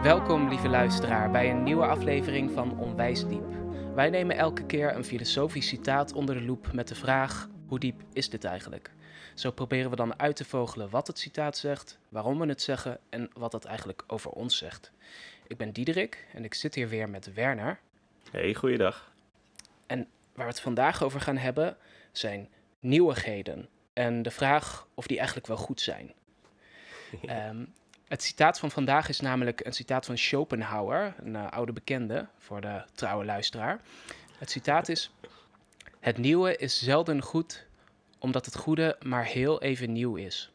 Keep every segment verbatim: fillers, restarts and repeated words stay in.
Welkom, lieve luisteraar, bij een nieuwe aflevering van Onwijs Diep. Wij nemen elke keer een filosofisch citaat onder de loep met de vraag: hoe diep is dit eigenlijk? Zo proberen we dan uit te vogelen wat het citaat zegt, waarom we het zeggen en wat het eigenlijk over ons zegt. Ik ben Diederik en ik zit hier weer met Werner. Hey, goeiedag. En waar we het vandaag over gaan hebben zijn nieuwigheden en de vraag of die eigenlijk wel goed zijn. Ja. Um, Het citaat van vandaag is namelijk een citaat van Schopenhauer, een uh, oude bekende voor de trouwe luisteraar. Het citaat is: het nieuwe is zelden goed, omdat het goede maar heel even nieuw is.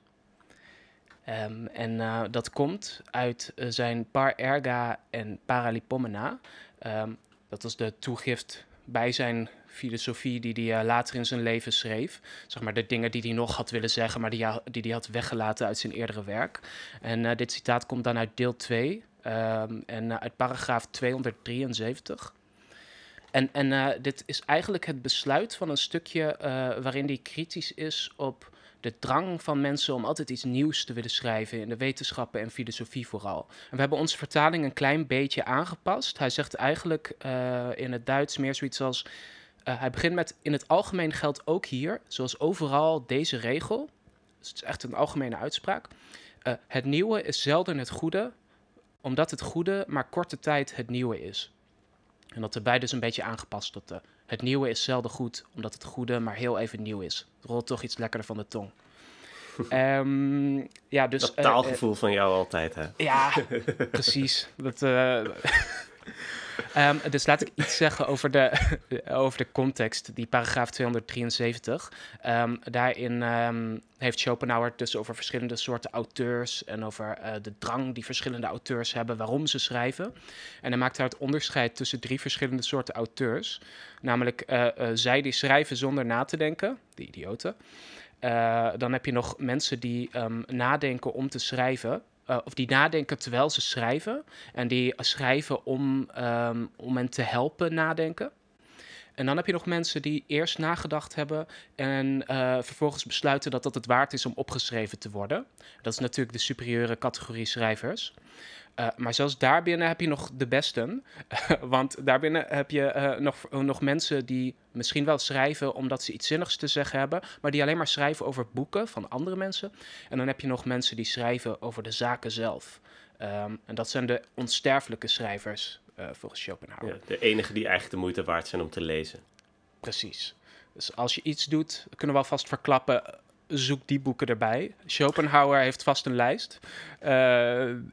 Um, en uh, dat komt uit uh, zijn Par Erga en Paralipomena. Um, dat was de toegift bij zijn filosofie die hij uh, later in zijn leven schreef. Zeg maar de dingen die hij nog had willen zeggen, maar die hij, die hij had weggelaten uit zijn eerdere werk. En uh, dit citaat komt dan uit deel twee um, en uh, uit paragraaf tweehonderddrieënzeventig. En, en uh, dit is eigenlijk het besluit van een stukje uh, waarin hij kritisch is op de drang van mensen om altijd iets nieuws te willen schrijven in de wetenschappen en filosofie vooral. En we hebben onze vertaling een klein beetje aangepast. Hij zegt eigenlijk uh, in het Duits meer zoiets als: Uh, hij begint met: in het algemeen geldt ook hier, zoals overal, deze regel. Dus het is echt een algemene uitspraak. Uh, het nieuwe is zelden het goede, omdat het goede maar korte tijd het nieuwe is. En dat erbij dus een beetje aangepast tot de: het nieuwe is zelden goed, omdat het goede maar heel even nieuw is. Het rolt toch iets lekkerder van de tong. um, ja, dus, dat taalgevoel uh, uh, van jou altijd, hè? Ja, precies. Dat... Uh, Um, dus laat ik iets zeggen over de, over de context, die paragraaf tweehonderddrieënzeventig. Um, daarin um, heeft Schopenhauer het dus over verschillende soorten auteurs en over uh, de drang die verschillende auteurs hebben, waarom ze schrijven. En hij maakt daar het onderscheid tussen drie verschillende soorten auteurs. Namelijk uh, uh, zij die schrijven zonder na te denken, de idioten. Uh, dan heb je nog mensen die um, nadenken om te schrijven. Uh, of die nadenken terwijl ze schrijven. En die schrijven om, um, om hen te helpen nadenken. En dan heb je nog mensen die eerst nagedacht hebben en uh, vervolgens besluiten dat dat het waard is om opgeschreven te worden. Dat is natuurlijk de superieure categorie schrijvers. Uh, maar zelfs daarbinnen heb je nog de besten. Uh, want daarbinnen heb je uh, nog, nog mensen die misschien wel schrijven omdat ze iets zinnigs te zeggen hebben, maar die alleen maar schrijven over boeken van andere mensen. En dan heb je nog mensen die schrijven over de zaken zelf. Um, en dat zijn de onsterfelijke schrijvers, uh, volgens Schopenhauer. Ja, de enige die eigenlijk de moeite waard zijn om te lezen. Precies. Dus als je iets doet, kunnen we alvast verklappen: zoek die boeken erbij. Schopenhauer heeft vast een lijst. Uh, en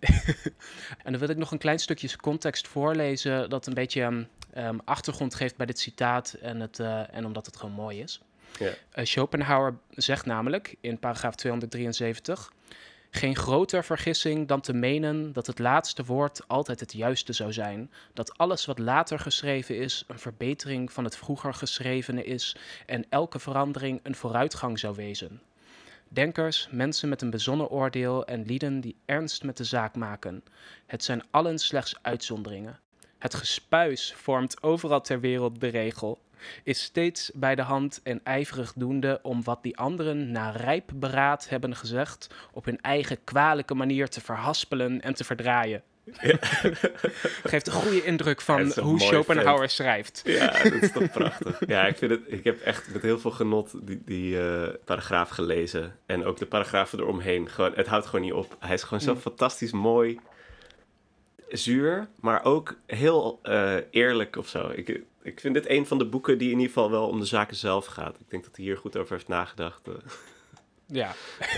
dan wil ik nog een klein stukje context voorlezen dat een beetje um, achtergrond geeft bij dit citaat en, het, uh, en omdat het gewoon mooi is. Ja. Uh, Schopenhauer zegt namelijk in paragraaf tweehonderddrieënzeventig: geen groter vergissing dan te menen dat het laatste woord altijd het juiste zou zijn, dat alles wat later geschreven is een verbetering van het vroeger geschrevene is en elke verandering een vooruitgang zou wezen. Denkers, mensen met een bezonnen oordeel en lieden die ernst met de zaak maken. Het zijn allen slechts uitzonderingen. Het gespuis vormt overal ter wereld de regel, is steeds bij de hand en ijverig doende om wat die anderen na rijp beraad hebben gezegd op hun eigen kwalijke manier te verhaspelen en te verdraaien. Ja. Geeft een goede indruk van hoe Schopenhauer vent. schrijft. Ja, dat is toch prachtig. Ja, ik, vind het, ik heb echt met heel veel genot die, die uh, paragraaf gelezen. En ook de paragrafen eromheen. Gewoon, het houdt gewoon niet op. Hij is gewoon zo mm. fantastisch mooi, zuur, maar ook heel uh, eerlijk of zo. Ik, ik vind dit een van de boeken die in ieder geval wel om de zaken zelf gaat. Ik denk dat hij hier goed over heeft nagedacht. Uh. Ja.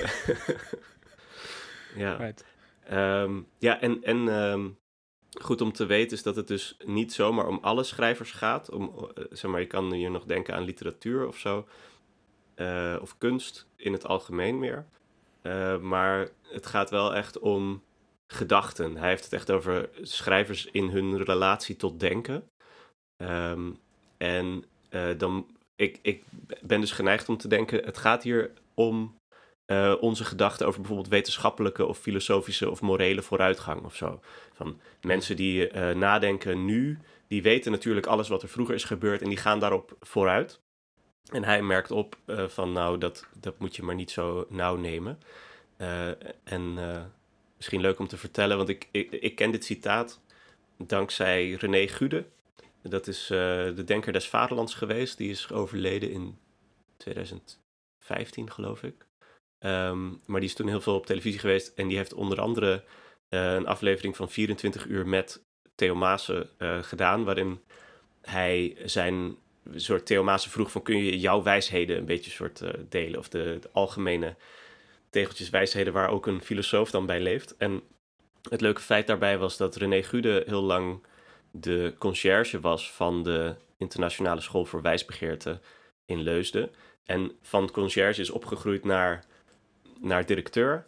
ja. Right. Um, ja, en, en um, goed om te weten is dat het dus niet zomaar om alle schrijvers gaat. Om, uh, zeg maar, je kan hier nog denken aan literatuur of zo. Uh, of kunst in het algemeen meer. Uh, maar het gaat wel echt om gedachten. Hij heeft het echt over schrijvers in hun relatie tot denken. Um, en uh, dan, ik, ik ben dus geneigd om te denken, het gaat hier om uh, onze gedachten over bijvoorbeeld wetenschappelijke of filosofische of morele vooruitgang of zo. Van mensen die uh, nadenken nu, die weten natuurlijk alles wat er vroeger is gebeurd en die gaan daarop vooruit. En hij merkt op uh, van nou, dat, dat moet je maar niet zo nauw nemen. Uh, en uh, misschien leuk om te vertellen, want ik, ik, ik ken dit citaat dankzij René Gude. Dat is uh, de denker des vaderlands geweest. Die is overleden in tweeduizend vijftien, geloof ik. Um, maar die is toen heel veel op televisie geweest. En die heeft onder andere uh, een aflevering van vierentwintig uur met Theo Maassen uh, gedaan. Waarin hij zijn soort Theo Maassen vroeg van, kun je jouw wijsheden een beetje soort uh, delen? Of de, de algemene tegeltjes wijsheden waar ook een filosoof dan bij leeft. En het leuke feit daarbij was dat René Gude heel lang de conciërge was van de Internationale School voor Wijsbegeerte in Leusden. En van conciërge is opgegroeid naar, naar directeur.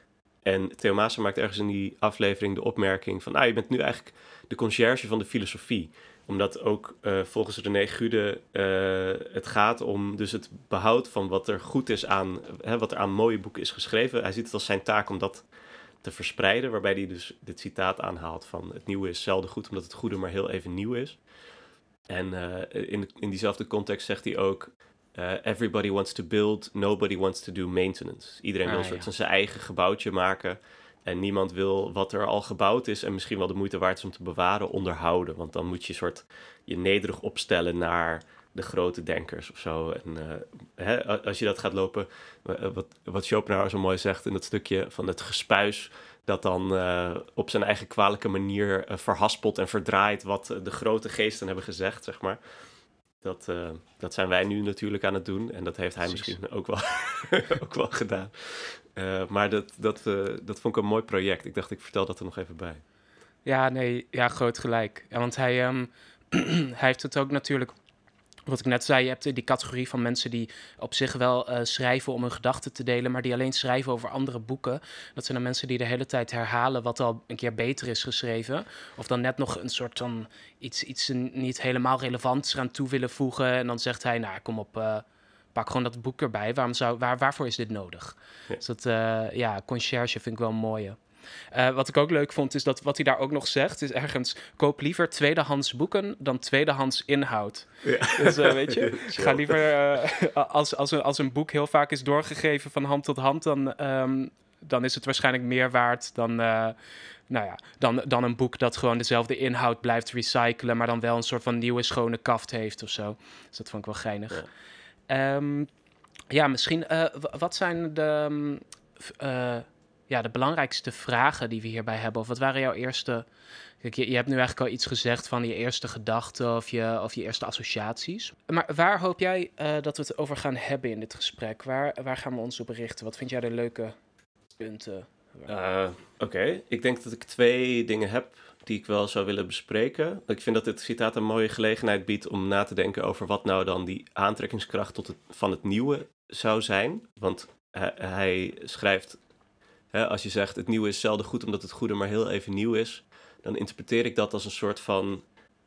En Theo Maassen maakt ergens in die aflevering de opmerking van, ah, je bent nu eigenlijk de conciërge van de filosofie. Omdat ook uh, volgens René Gude uh, het gaat om dus het behoud van wat er goed is aan, hè, wat er aan mooie boeken is geschreven. Hij ziet het als zijn taak om dat te verspreiden, waarbij hij dus dit citaat aanhaalt van, het nieuwe is zelden goed omdat het goede maar heel even nieuw is. En uh, in, in diezelfde context zegt hij ook, uh, everybody wants to build, nobody wants to do maintenance. Iedereen wil Ah, een soort ja. van zijn eigen gebouwtje maken en niemand wil wat er al gebouwd is en misschien wel de moeite waard is om te bewaren, onderhouden. Want dan moet je soort je nederig opstellen naar de grote denkers of zo. En uh, hè, als je dat gaat lopen, wat, wat Schopenhauer zo mooi zegt in dat stukje van het gespuis, dat dan uh, op zijn eigen kwalijke manier uh, verhaspelt en verdraait wat uh, de grote geesten hebben gezegd, zeg maar. Dat, uh, dat zijn wij nu natuurlijk aan het doen. En dat heeft hij Precies. misschien ook wel, ook wel gedaan. Uh, maar dat, dat, uh, dat vond ik een mooi project. Ik dacht, ik vertel dat er nog even bij. Ja, nee, ja, groot gelijk. Ja, want hij, um, hij heeft het ook natuurlijk, wat ik net zei, je hebt die categorie van mensen die op zich wel uh, schrijven om hun gedachten te delen, maar die alleen schrijven over andere boeken. Dat zijn de mensen die de hele tijd herhalen wat al een keer beter is geschreven. Of dan net nog een soort van iets, iets niet helemaal relevants eraan toe willen voegen. En dan zegt hij, nou, kom op, uh, pak gewoon dat boek erbij. Waarom zou, waar, waarvoor is dit nodig? Ja. Dus dat, uh, ja, conciërge vind ik wel een mooie. Uh, wat ik ook leuk vond, is dat wat hij daar ook nog zegt, is ergens, koop liever tweedehands boeken dan tweedehands inhoud. Ja. Dus uh, weet je, Chill. ga liever, uh, als, als, een, als een boek heel vaak is doorgegeven van hand tot hand, dan, um, dan is het waarschijnlijk meer waard dan, uh, nou ja, dan, dan een boek dat gewoon dezelfde inhoud blijft recyclen, maar dan wel een soort van nieuwe schone kaft heeft of zo. Dus dat vond ik wel geinig. Ja, um, ja misschien, uh, wat zijn de... Um, uh, Ja, de belangrijkste vragen die we hierbij hebben? Of wat waren jouw eerste... Kijk, je, je hebt nu eigenlijk al iets gezegd van je eerste gedachten of je, of je eerste associaties. Maar waar hoop jij uh, dat we het over gaan hebben in dit gesprek? Waar, waar gaan we ons op richten? Wat vind jij de leuke punten? Uh, Oké, okay. Ik denk dat ik twee dingen heb die ik wel zou willen bespreken. Ik vind dat dit citaat een mooie gelegenheid biedt om na te denken over wat nou dan die aantrekkingskracht tot het, van het nieuwe zou zijn. Want hij, hij schrijft... Hè, als je zegt, het nieuwe is zelden goed omdat het goede maar heel even nieuw is, dan interpreteer ik dat als een soort van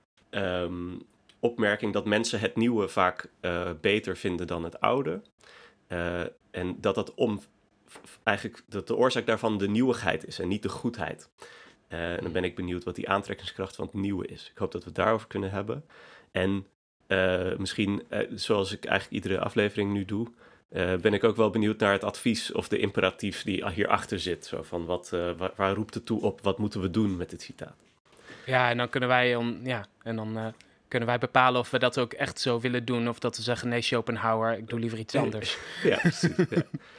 um, opmerking dat mensen het nieuwe vaak uh, beter vinden dan het oude. Uh, en dat dat om, eigenlijk dat de oorzaak daarvan de nieuwigheid is en niet de goedheid. Uh, en dan ben ik benieuwd wat die aantrekkingskracht van het nieuwe is. Ik hoop dat we het daarover kunnen hebben. En uh, misschien, uh, zoals ik eigenlijk iedere aflevering nu doe, Uh, ben ik ook wel benieuwd naar het advies of de imperatief die hierachter zit. Zo van, wat, uh, waar, waar roept het toe op? Wat moeten we doen met dit citaat? Ja, en dan kunnen wij, om, ja, en dan, uh, kunnen wij bepalen of we dat ook echt zo willen doen. Of dat we zeggen, nee, Schopenhauer, ik doe liever iets anders. Ja, precies. Ja.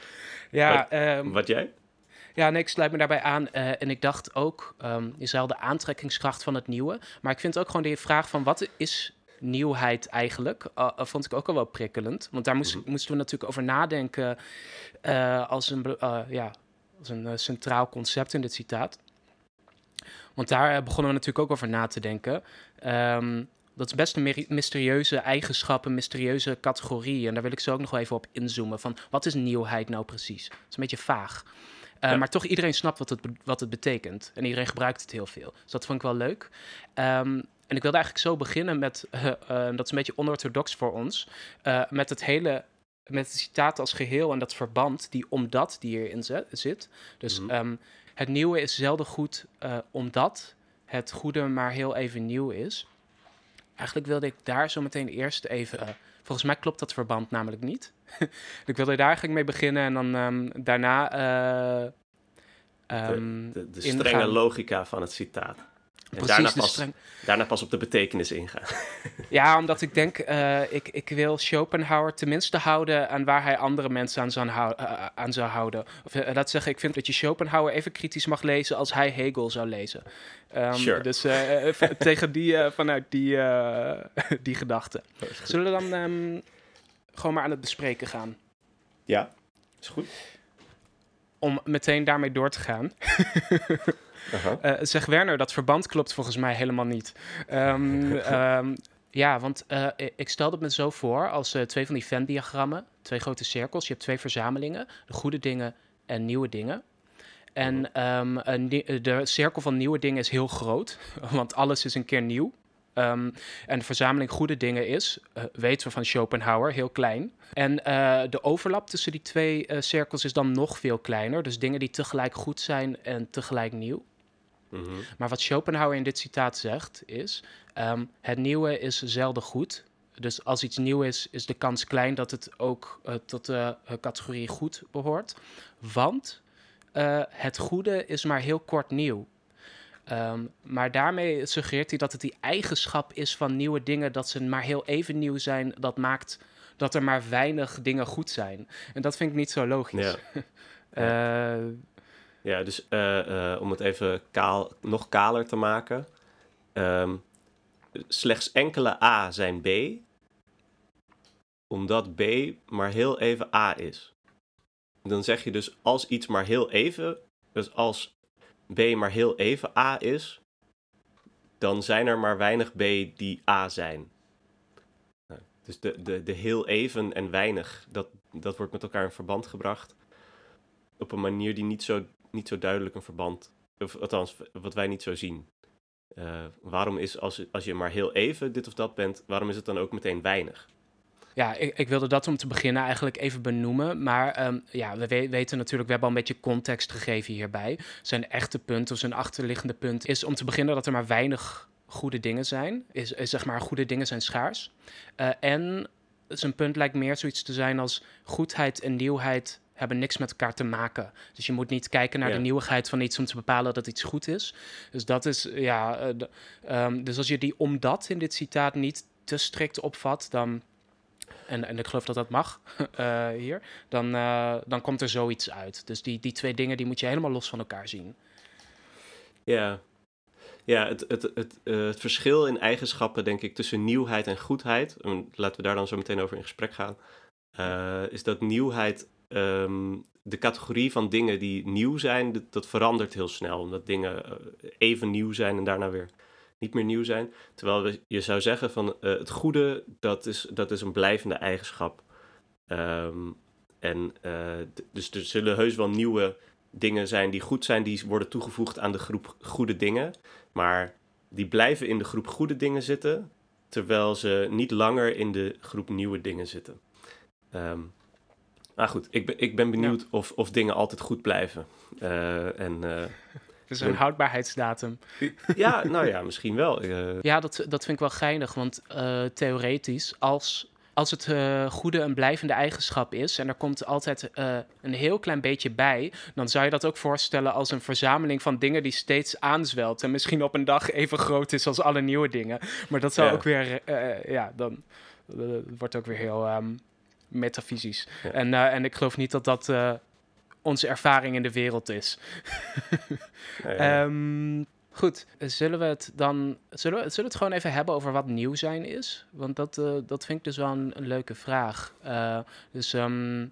ja, wat, um, wat jij? Ja, nee, ik sluit me daarbij aan. Uh, en ik dacht ook, um, je zei al de aantrekkingskracht van het nieuwe. Maar ik vind ook gewoon die vraag van, wat is nieuwheid eigenlijk? Uh, uh, vond ik ook al wel prikkelend. Want daar moest, mm-hmm. moesten we natuurlijk over nadenken uh, als een, uh, ja, als een uh, centraal concept in dit citaat. Want daar uh, begonnen we natuurlijk ook over na te denken. Um, dat is best een mysterieuze eigenschap, een mysterieuze categorie. En daar wil ik zo ook nog wel even op inzoomen. Van, wat is nieuwheid nou precies? Dat is een beetje vaag. Uh, ja. Maar toch, iedereen snapt wat het, be- wat het betekent. En iedereen gebruikt het heel veel. Dus dat vond ik wel leuk. Um, en ik wilde eigenlijk zo beginnen met, uh, uh, dat is een beetje onorthodox voor ons, uh, met het hele, met het citaat als geheel en dat verband, die omdat die hierin zet, zit. Dus mm-hmm. um, het nieuwe is zelden goed uh, omdat het goede maar heel even nieuw is. Eigenlijk wilde ik daar zo meteen eerst even... Uh, volgens mij klopt dat verband namelijk niet. Ik wilde daar eigenlijk mee beginnen en dan um, daarna uh, Um, de, de, de strenge ingaan. logica van het citaat. En Precies, daarna, pas, streng... daarna pas op de betekenis ingaan. Ja, omdat ik denk, uh, ik, ik wil Schopenhauer tenminste houden aan waar hij andere mensen aan zou, hou, uh, aan zou houden. Of uh, laat zeggen, ik vind dat je Schopenhauer even kritisch mag lezen als hij Hegel zou lezen. Um, sure. Dus uh, v- tegen die, uh, vanuit die, uh, die gedachte. Zullen we dan um, gewoon maar aan het bespreken gaan? Ja, is goed. Om meteen daarmee door te gaan. Uh-huh. Uh, zeg Werner, dat verband klopt volgens mij helemaal niet. Um, um, ja, want uh, ik stel het me zo voor als uh, twee van die Venn-diagrammen, twee grote cirkels. Je hebt twee verzamelingen, de goede dingen en nieuwe dingen. En um, een, de cirkel van nieuwe dingen is heel groot, want alles is een keer nieuw. Um, en de verzameling goede dingen is, uh, weten we van Schopenhauer, heel klein. En uh, de overlap tussen die twee uh, cirkels is dan nog veel kleiner. Dus dingen die tegelijk goed zijn en tegelijk nieuw. Mm-hmm. Maar wat Schopenhauer in dit citaat zegt is, um, het nieuwe is zelden goed. Dus als iets nieuw is, is de kans klein dat het ook uh, tot de uh, categorie goed behoort. Want uh, het goede is maar heel kort nieuw. Um, maar daarmee suggereert hij dat het die eigenschap is van nieuwe dingen, dat ze maar heel even nieuw zijn, dat maakt dat er maar weinig dingen goed zijn. En dat vind ik niet zo logisch. Ja, uh, ja dus uh, uh, om het even kaal, nog kaler te maken. Um, slechts enkele A zijn B, omdat B maar heel even A is. Dan zeg je dus als iets maar heel even, dus als B maar heel even A is, dan zijn er maar weinig B die A zijn. Nou, dus de, de, de heel even en weinig, dat, dat wordt met elkaar in verband gebracht. Op een manier die niet zo, niet zo duidelijk een verband, of althans wat wij niet zo zien. Uh, waarom is als, als je maar heel even dit of dat bent, waarom is het dan ook meteen weinig? Ja, ik, ik wilde dat om te beginnen eigenlijk even benoemen. Maar um, ja, we we- weten natuurlijk, we hebben al een beetje context gegeven hierbij. Zijn echte punt of zijn achterliggende punt is om te beginnen dat er maar weinig goede dingen zijn. Is, is zeg maar, goede dingen zijn schaars. Uh, en zijn punt lijkt meer zoiets te zijn als goedheid en nieuwheid hebben niks met elkaar te maken. Dus je moet niet kijken naar Ja. de nieuwigheid van iets om te bepalen dat iets goed is. Dus dat is, ja... Uh, de, um, dus als je die omdat in dit citaat niet te strikt opvat, dan... En, en ik geloof dat dat mag uh, hier, dan, uh, dan komt er zoiets uit. Dus die, die twee dingen die moet je helemaal los van elkaar zien. Ja, ja het, het, het, uh, het verschil in eigenschappen, denk ik, tussen nieuwheid en goedheid, en laten we daar dan zo meteen over in gesprek gaan, uh, is dat nieuwheid, um, de categorie van dingen die nieuw zijn, dat, dat verandert heel snel. Omdat dingen uh, even nieuw zijn en daarna weer niet meer nieuw zijn. Terwijl we, je zou zeggen van uh, het goede, dat is, dat is een blijvende eigenschap. Um, en uh, d- dus er zullen heus wel nieuwe dingen zijn die goed zijn, die worden toegevoegd aan de groep goede dingen. Maar die blijven in de groep goede dingen zitten, terwijl ze niet langer in de groep nieuwe dingen zitten. Um, maar goed, ik ben, ik ben benieuwd ja. of, of dingen altijd goed blijven. Uh, en... Uh, Dus een houdbaarheidsdatum. Ja, nou ja, misschien wel. Uh... Ja, dat, dat vind ik wel geinig, want uh, theoretisch, als, als het uh, goede een blijvende eigenschap is en er komt altijd uh, een heel klein beetje bij, dan zou je dat ook voorstellen als een verzameling van dingen die steeds aanzwelt en misschien op een dag even groot is als alle nieuwe dingen. Maar dat zou ja. ook weer, uh, ja, dan uh, wordt ook weer heel um, metafysisch. Ja. En, uh, en ik geloof niet dat dat... Uh, onze ervaring in de wereld is. ja, ja. Um, goed, zullen we het dan... Zullen we, zullen we het gewoon even hebben over wat nieuw zijn is? Want dat, uh, dat vind ik dus wel een, een leuke vraag. Uh, dus um,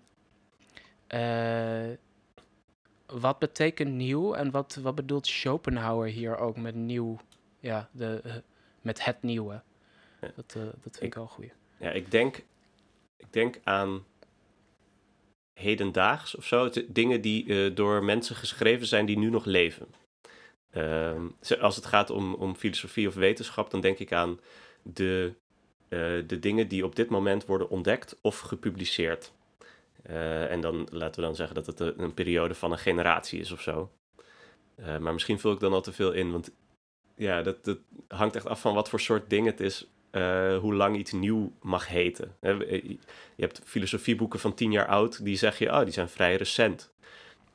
uh, wat betekent nieuw en wat, wat bedoelt Schopenhauer hier ook met nieuw? Ja, de, uh, met het nieuwe. Ja. Dat, uh, dat vind ik, ik wel goed. Ja, ik denk, ik denk aan... hedendaags of zo. Het, dingen die uh, door mensen geschreven zijn die nu nog leven. Uh, als het gaat om, om filosofie of wetenschap, dan denk ik aan de, uh, de dingen die op dit moment worden ontdekt of gepubliceerd. Uh, en dan laten we dan zeggen dat het een, een periode van een generatie is of zo. Uh, maar misschien vul ik dan al te veel in, want ja, dat, dat hangt echt af van wat voor soort ding het is. Uh, hoe lang iets nieuw mag heten. Je hebt filosofieboeken van tien jaar oud, die zeg je, oh, die zijn vrij recent.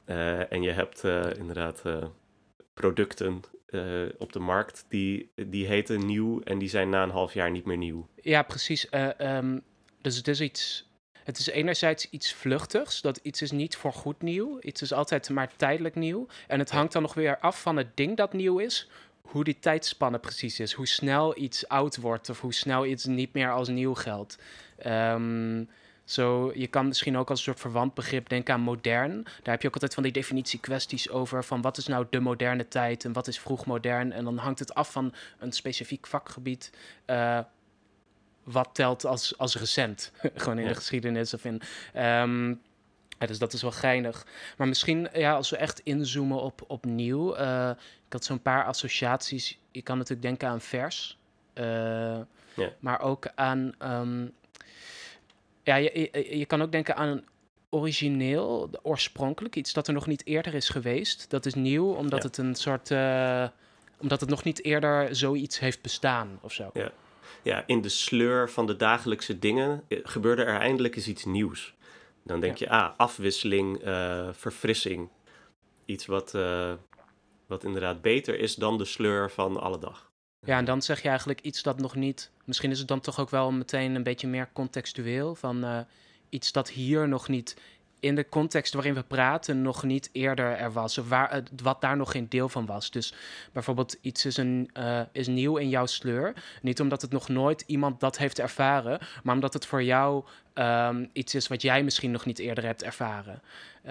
Uh, en je hebt uh, inderdaad uh, producten uh, op de markt die, die heten nieuw en die zijn na een half jaar niet meer nieuw. Ja, precies. Uh, um, dus het is iets... Het is enerzijds iets vluchtigs, dat iets is niet voorgoed nieuw. Iets is altijd maar tijdelijk nieuw. En het hangt dan nog weer af van het ding dat nieuw is, hoe die tijdspanne precies is. Hoe snel iets oud wordt of hoe snel iets niet meer als nieuw geldt. Um, Zo, je kan misschien ook als een soort verwant begrip denken aan modern. Daar heb je ook altijd van die definitiekwesties over van wat is nou de moderne tijd en wat is vroegmodern. En dan hangt het af van een specifiek vakgebied. Uh, wat telt als, als recent, gewoon in ja. de geschiedenis of in... Um, ja, dus dat is wel geinig. Maar misschien, ja, als we echt inzoomen op, op nieuw... Uh, ik had zo'n paar associaties. Je kan natuurlijk denken aan vers. Uh, ja. Maar ook aan... Um, ja, je, je, je kan ook denken aan een origineel, oorspronkelijk. Iets dat er nog niet eerder is geweest. Dat is nieuw, omdat ja. het een soort... Uh, omdat het nog niet eerder zoiets heeft bestaan of zo. Ja. Ja, in de sleur van de dagelijkse dingen gebeurde er eindelijk eens iets nieuws. Dan denk ja. je, ah, afwisseling, uh, verfrissing. Iets wat, uh, wat inderdaad beter is dan de sleur van alle dag. Ja, en dan zeg je eigenlijk iets dat nog niet... Misschien is het dan toch ook wel meteen een beetje meer contextueel. Van uh, iets dat hier nog niet... in de context waarin we praten nog niet eerder er was. Of waar, wat daar nog geen deel van was. Dus bijvoorbeeld iets is, een, uh, is nieuw in jouw sleur. Niet omdat het nog nooit iemand dat heeft ervaren. Maar omdat het voor jou um, iets is wat jij misschien nog niet eerder hebt ervaren.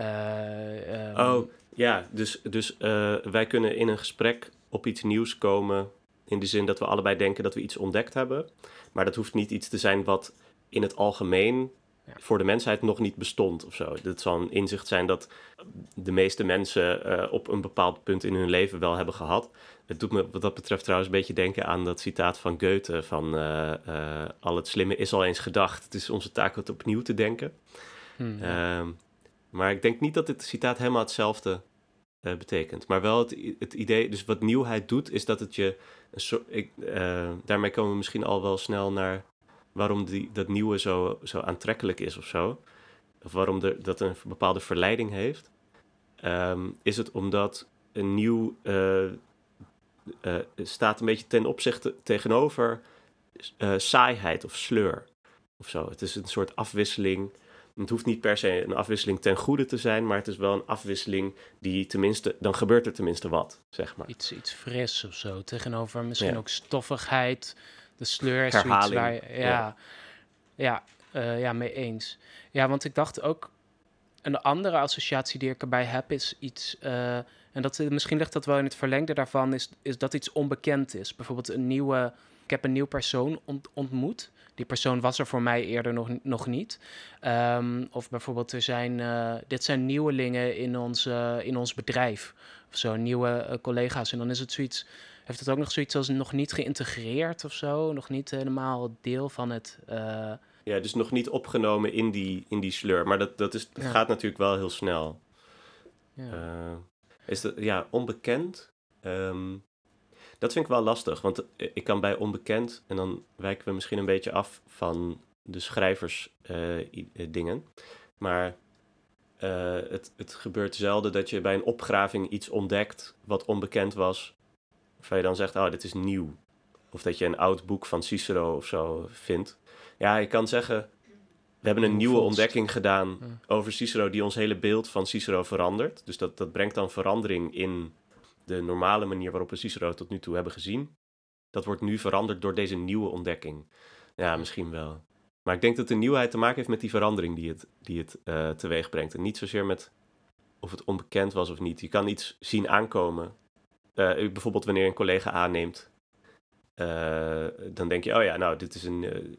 Uh, um... Oh, ja. Dus, dus uh, wij kunnen in een gesprek op iets nieuws komen... in de zin dat we allebei denken dat we iets ontdekt hebben. Maar dat hoeft niet iets te zijn wat in het algemeen... Ja. voor de mensheid nog niet bestond of zo. Dat zal een inzicht zijn dat de meeste mensen uh, op een bepaald punt in hun leven wel hebben gehad. Het doet me wat dat betreft trouwens een beetje denken aan dat citaat van Goethe van uh, uh, al het slimme is al eens gedacht. Het is onze taak het opnieuw te denken. Hmm, ja. uh, maar ik denk niet dat dit citaat helemaal hetzelfde uh, betekent. Maar wel het, het idee, dus wat nieuwheid doet, is dat het je... Een soort, ik, uh, daarmee komen we misschien al wel snel naar... waarom die, dat nieuwe zo, zo aantrekkelijk is of zo. Of waarom de, dat een bepaalde verleiding heeft. Um, is het omdat een nieuw uh, uh, staat een beetje ten opzichte tegenover uh, saaiheid of sleur. Of zo. Het is een soort afwisseling. Het hoeft niet per se een afwisseling ten goede te zijn, maar het is wel een afwisseling die tenminste, dan gebeurt er tenminste wat, zeg maar. Iets, iets fris of zo. Tegenover misschien ja. ook stoffigheid. De sleur is Herhaling. Zoiets waar je, ja, ja, ja, uh, ja, mee eens. Ja, want ik dacht ook, een andere associatie die ik erbij heb is iets, uh, en dat, misschien ligt dat wel in het verlengde daarvan, is, is dat iets onbekend is. Bijvoorbeeld een nieuwe, ik heb een nieuw persoon ont, ontmoet. Die persoon was er voor mij eerder nog, nog niet. Um, of bijvoorbeeld, er zijn, uh, dit zijn nieuwelingen in ons, uh, in ons bedrijf. Of zo, nieuwe uh, collega's. En dan is het zoiets... Heeft het ook nog zoiets als nog niet geïntegreerd of zo? Nog niet helemaal deel van het... Uh... Ja, dus nog niet opgenomen in die, in die sleur. Maar dat, dat, is, dat ja. gaat natuurlijk wel heel snel. Ja, uh, is dat, ja onbekend. Um, dat vind ik wel lastig. Want ik kan bij onbekend... en dan wijken we misschien een beetje af van de schrijvers uh, dingen. Maar uh, het, het gebeurt zelden dat je bij een opgraving iets ontdekt... wat onbekend was... Of je dan zegt, oh, dit is nieuw. Of dat je een oud boek van Cicero of zo vindt. Ja, je kan zeggen, we hebben een nieuwe ontdekking gedaan ja. over Cicero... die ons hele beeld van Cicero verandert. Dus dat, dat brengt dan verandering in de normale manier... waarop we Cicero tot nu toe hebben gezien. Dat wordt nu veranderd door deze nieuwe ontdekking. Ja, misschien wel. Maar ik denk dat de nieuwheid te maken heeft met die verandering die het, die het uh, teweeg brengt. En niet zozeer met of het onbekend was of niet. Je kan iets zien aankomen... Uh, bijvoorbeeld wanneer je een collega aanneemt, uh, dan denk je, oh ja, nou, dit is een... Uh,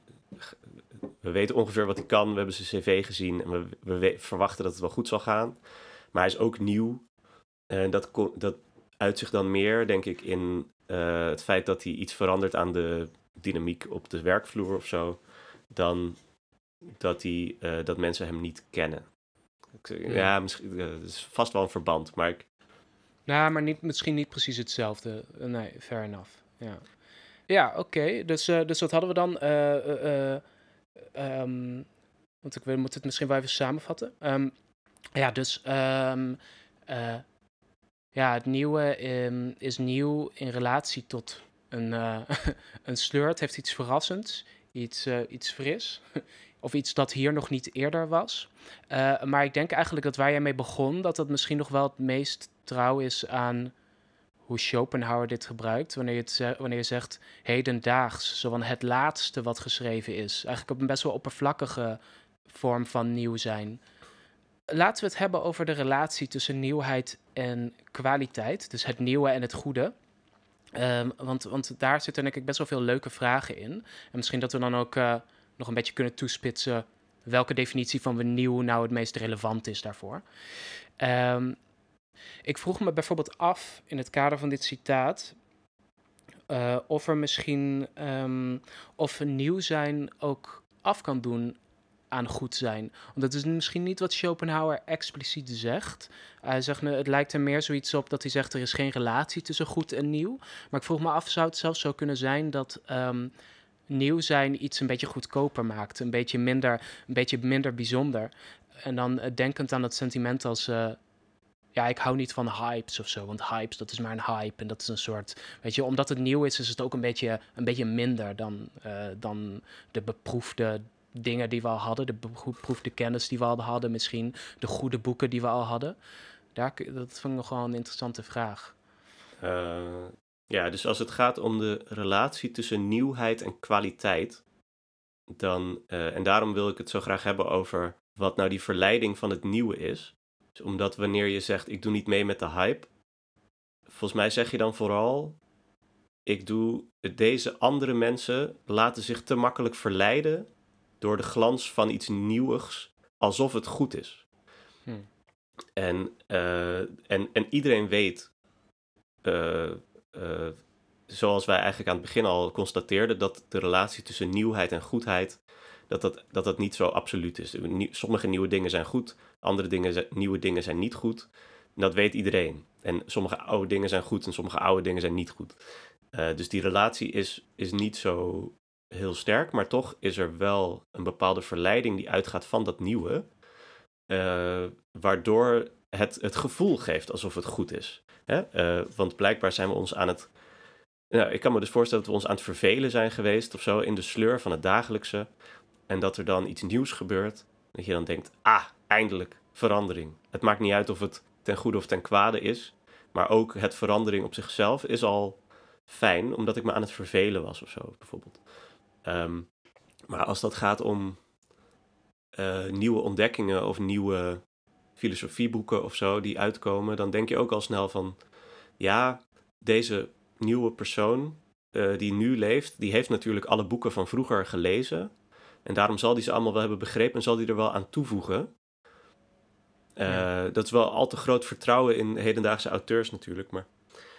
we weten ongeveer wat hij kan, we hebben zijn cv gezien en we, we we verwachten dat het wel goed zal gaan. Maar hij is ook nieuw en dat, dat uit zich dan meer, denk ik, in uh, het feit dat hij iets verandert aan de dynamiek op de werkvloer of zo, dan dat, hij, uh, dat mensen hem niet kennen. Ik, ja, ja misschien, uh, dat is vast wel een verband, maar ik... Nou, maar niet, misschien niet precies hetzelfde. Nee, fair enough. Ja, ja oké. Okay. Dus, uh, dus wat hadden we dan? Uh, uh, uh, um, want ik moet het misschien wel even samenvatten. Um, ja, dus um, Uh, ja, het nieuwe um, is nieuw in relatie tot een, uh, een sleur. Het heeft iets verrassends, iets, uh, iets fris. Of iets dat hier nog niet eerder was. Uh, maar ik denk eigenlijk dat waar jij mee begon, dat dat misschien nog wel het meest trouw is aan hoe Schopenhauer dit gebruikt. Wanneer je, het ze- wanneer je zegt hedendaags, zo van het laatste wat geschreven is. Eigenlijk op een best wel oppervlakkige vorm van nieuw zijn. Laten we het hebben over de relatie tussen nieuwheid en kwaliteit. Dus het nieuwe en het goede. Um, want, want daar zitten denk ik best wel veel leuke vragen in. En misschien dat we dan ook uh, nog een beetje kunnen toespitsen welke definitie van we nieuw nou het meest relevant is daarvoor. Um, ik vroeg me bijvoorbeeld af in het kader van dit citaat uh, of er misschien um, of nieuw zijn ook af kan doen aan goed zijn. Want dat is misschien niet wat Schopenhauer expliciet zegt. Hij zegt, het lijkt er meer zoiets op dat hij zegt, er is geen relatie tussen goed en nieuw. Maar ik vroeg me af, zou het zelfs zo kunnen zijn dat um, nieuw zijn iets een beetje goedkoper maakt, een beetje minder, een beetje minder bijzonder. En dan uh, denkend aan dat sentiment als, uh, ja, ik hou niet van hypes of zo, want hypes, dat is maar een hype en dat is een soort, weet je, omdat het nieuw is, is het ook een beetje, een beetje minder dan, uh, dan de beproefde dingen die we al hadden, de beproefde kennis die we al hadden, misschien de goede boeken die we al hadden. Daar, dat vond ik nog wel een interessante vraag. Uh, ja, dus als het gaat om de relatie tussen nieuwheid en kwaliteit, dan, uh, en daarom wil ik het zo graag hebben over wat nou die verleiding van het nieuwe is. Dus omdat wanneer je zegt, ik doe niet mee met de hype, volgens mij zeg je dan vooral, ik doe, deze andere mensen laten zich te makkelijk verleiden door de glans van iets nieuws, alsof het goed is. Hmm. En, uh, en, en iedereen weet, uh, uh, zoals wij eigenlijk aan het begin al constateerden, dat de relatie tussen nieuwheid en goedheid, dat dat, dat, dat niet zo absoluut is. Sommige nieuwe dingen zijn goed, andere dingen, nieuwe dingen zijn niet goed. En dat weet iedereen. En sommige oude dingen zijn goed en sommige oude dingen zijn niet goed. Uh, dus die relatie is, is niet zo heel sterk, maar toch is er wel een bepaalde verleiding die uitgaat van dat nieuwe, uh, waardoor het het gevoel geeft alsof het goed is. Hè? Uh, want blijkbaar zijn we ons aan het... Nou, ik kan me dus voorstellen dat we ons aan het vervelen zijn geweest of zo in de sleur van het dagelijkse en dat er dan iets nieuws gebeurt, dat je dan denkt, ah, eindelijk verandering. Het maakt niet uit of het ten goede of ten kwade is, maar ook het verandering op zichzelf is al fijn, omdat ik me aan het vervelen was of zo, bijvoorbeeld. Um, maar als dat gaat om uh, nieuwe ontdekkingen of nieuwe filosofieboeken of zo die uitkomen, dan denk je ook al snel van, ja, deze nieuwe persoon uh, die nu leeft, die heeft natuurlijk alle boeken van vroeger gelezen. En daarom zal die ze allemaal wel hebben begrepen en zal die er wel aan toevoegen. Uh, ja. Dat is wel al te groot vertrouwen in hedendaagse auteurs natuurlijk, maar...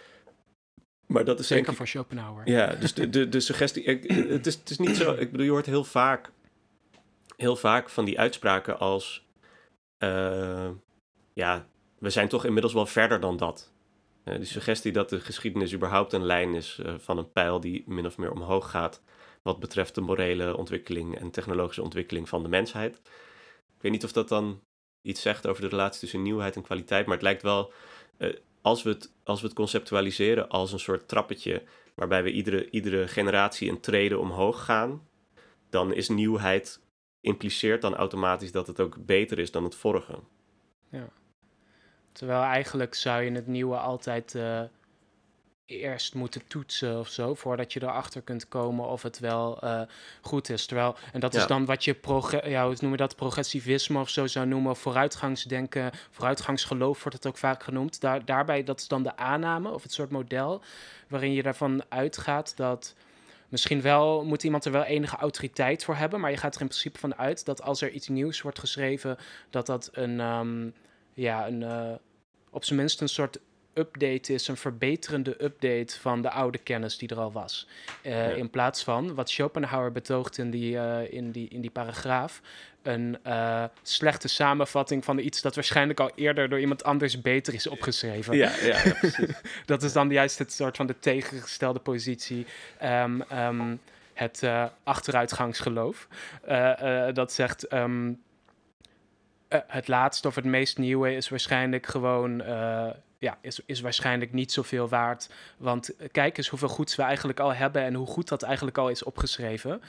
Maar dat is zeker denk ik, voor Schopenhauer. Ja, dus de, de, de suggestie... Ik, het, is, het is niet zo... Ik bedoel, je hoort heel vaak... Heel vaak van die uitspraken als... Uh, ja, we zijn toch inmiddels wel verder dan dat. Uh, die suggestie dat de geschiedenis überhaupt een lijn is uh, van een pijl die min of meer omhoog gaat, wat betreft de morele ontwikkeling en technologische ontwikkeling van de mensheid. Ik weet niet of dat dan iets zegt over de relatie tussen nieuwheid en kwaliteit, maar het lijkt wel... Uh, Als we, het, als we het conceptualiseren als een soort trappetje waarbij we iedere, iedere generatie een trede omhoog gaan, dan is nieuwheid, impliceert dan automatisch dat het ook beter is dan het vorige. Ja. Terwijl eigenlijk zou je het nieuwe altijd uh, eerst moeten toetsen of zo, voordat je erachter kunt komen of het wel uh, goed is. Terwijl, en dat ja. is dan wat je, proge- ja, hoe noem je dat, progressivisme of zo zou noemen, of vooruitgangsdenken, vooruitgangsgeloof wordt het ook vaak genoemd. Daar, daarbij, dat is dan de aanname of het soort model waarin je daarvan uitgaat dat misschien wel moet iemand er wel enige autoriteit voor hebben, maar je gaat er in principe van uit dat als er iets nieuws wordt geschreven, dat dat een, um, ja, een, uh, op zijn minst een soort update is, een verbeterende update van de oude kennis die er al was. Uh, ja. In plaats van, wat Schopenhauer betoogt in die, uh, in die, in die paragraaf, een uh, slechte samenvatting van iets dat waarschijnlijk al eerder door iemand anders beter is opgeschreven. Ja, ja, ja precies. Dat is dan juist het soort van de tegengestelde positie. Um, um, het uh, achteruitgangsgeloof. Uh, uh, dat zegt... Um, Uh, het laatste of het meest nieuwe is waarschijnlijk gewoon... Uh, ja, is, is waarschijnlijk niet zoveel waard. Want kijk eens hoeveel goeds we eigenlijk al hebben... en hoe goed dat eigenlijk al is opgeschreven.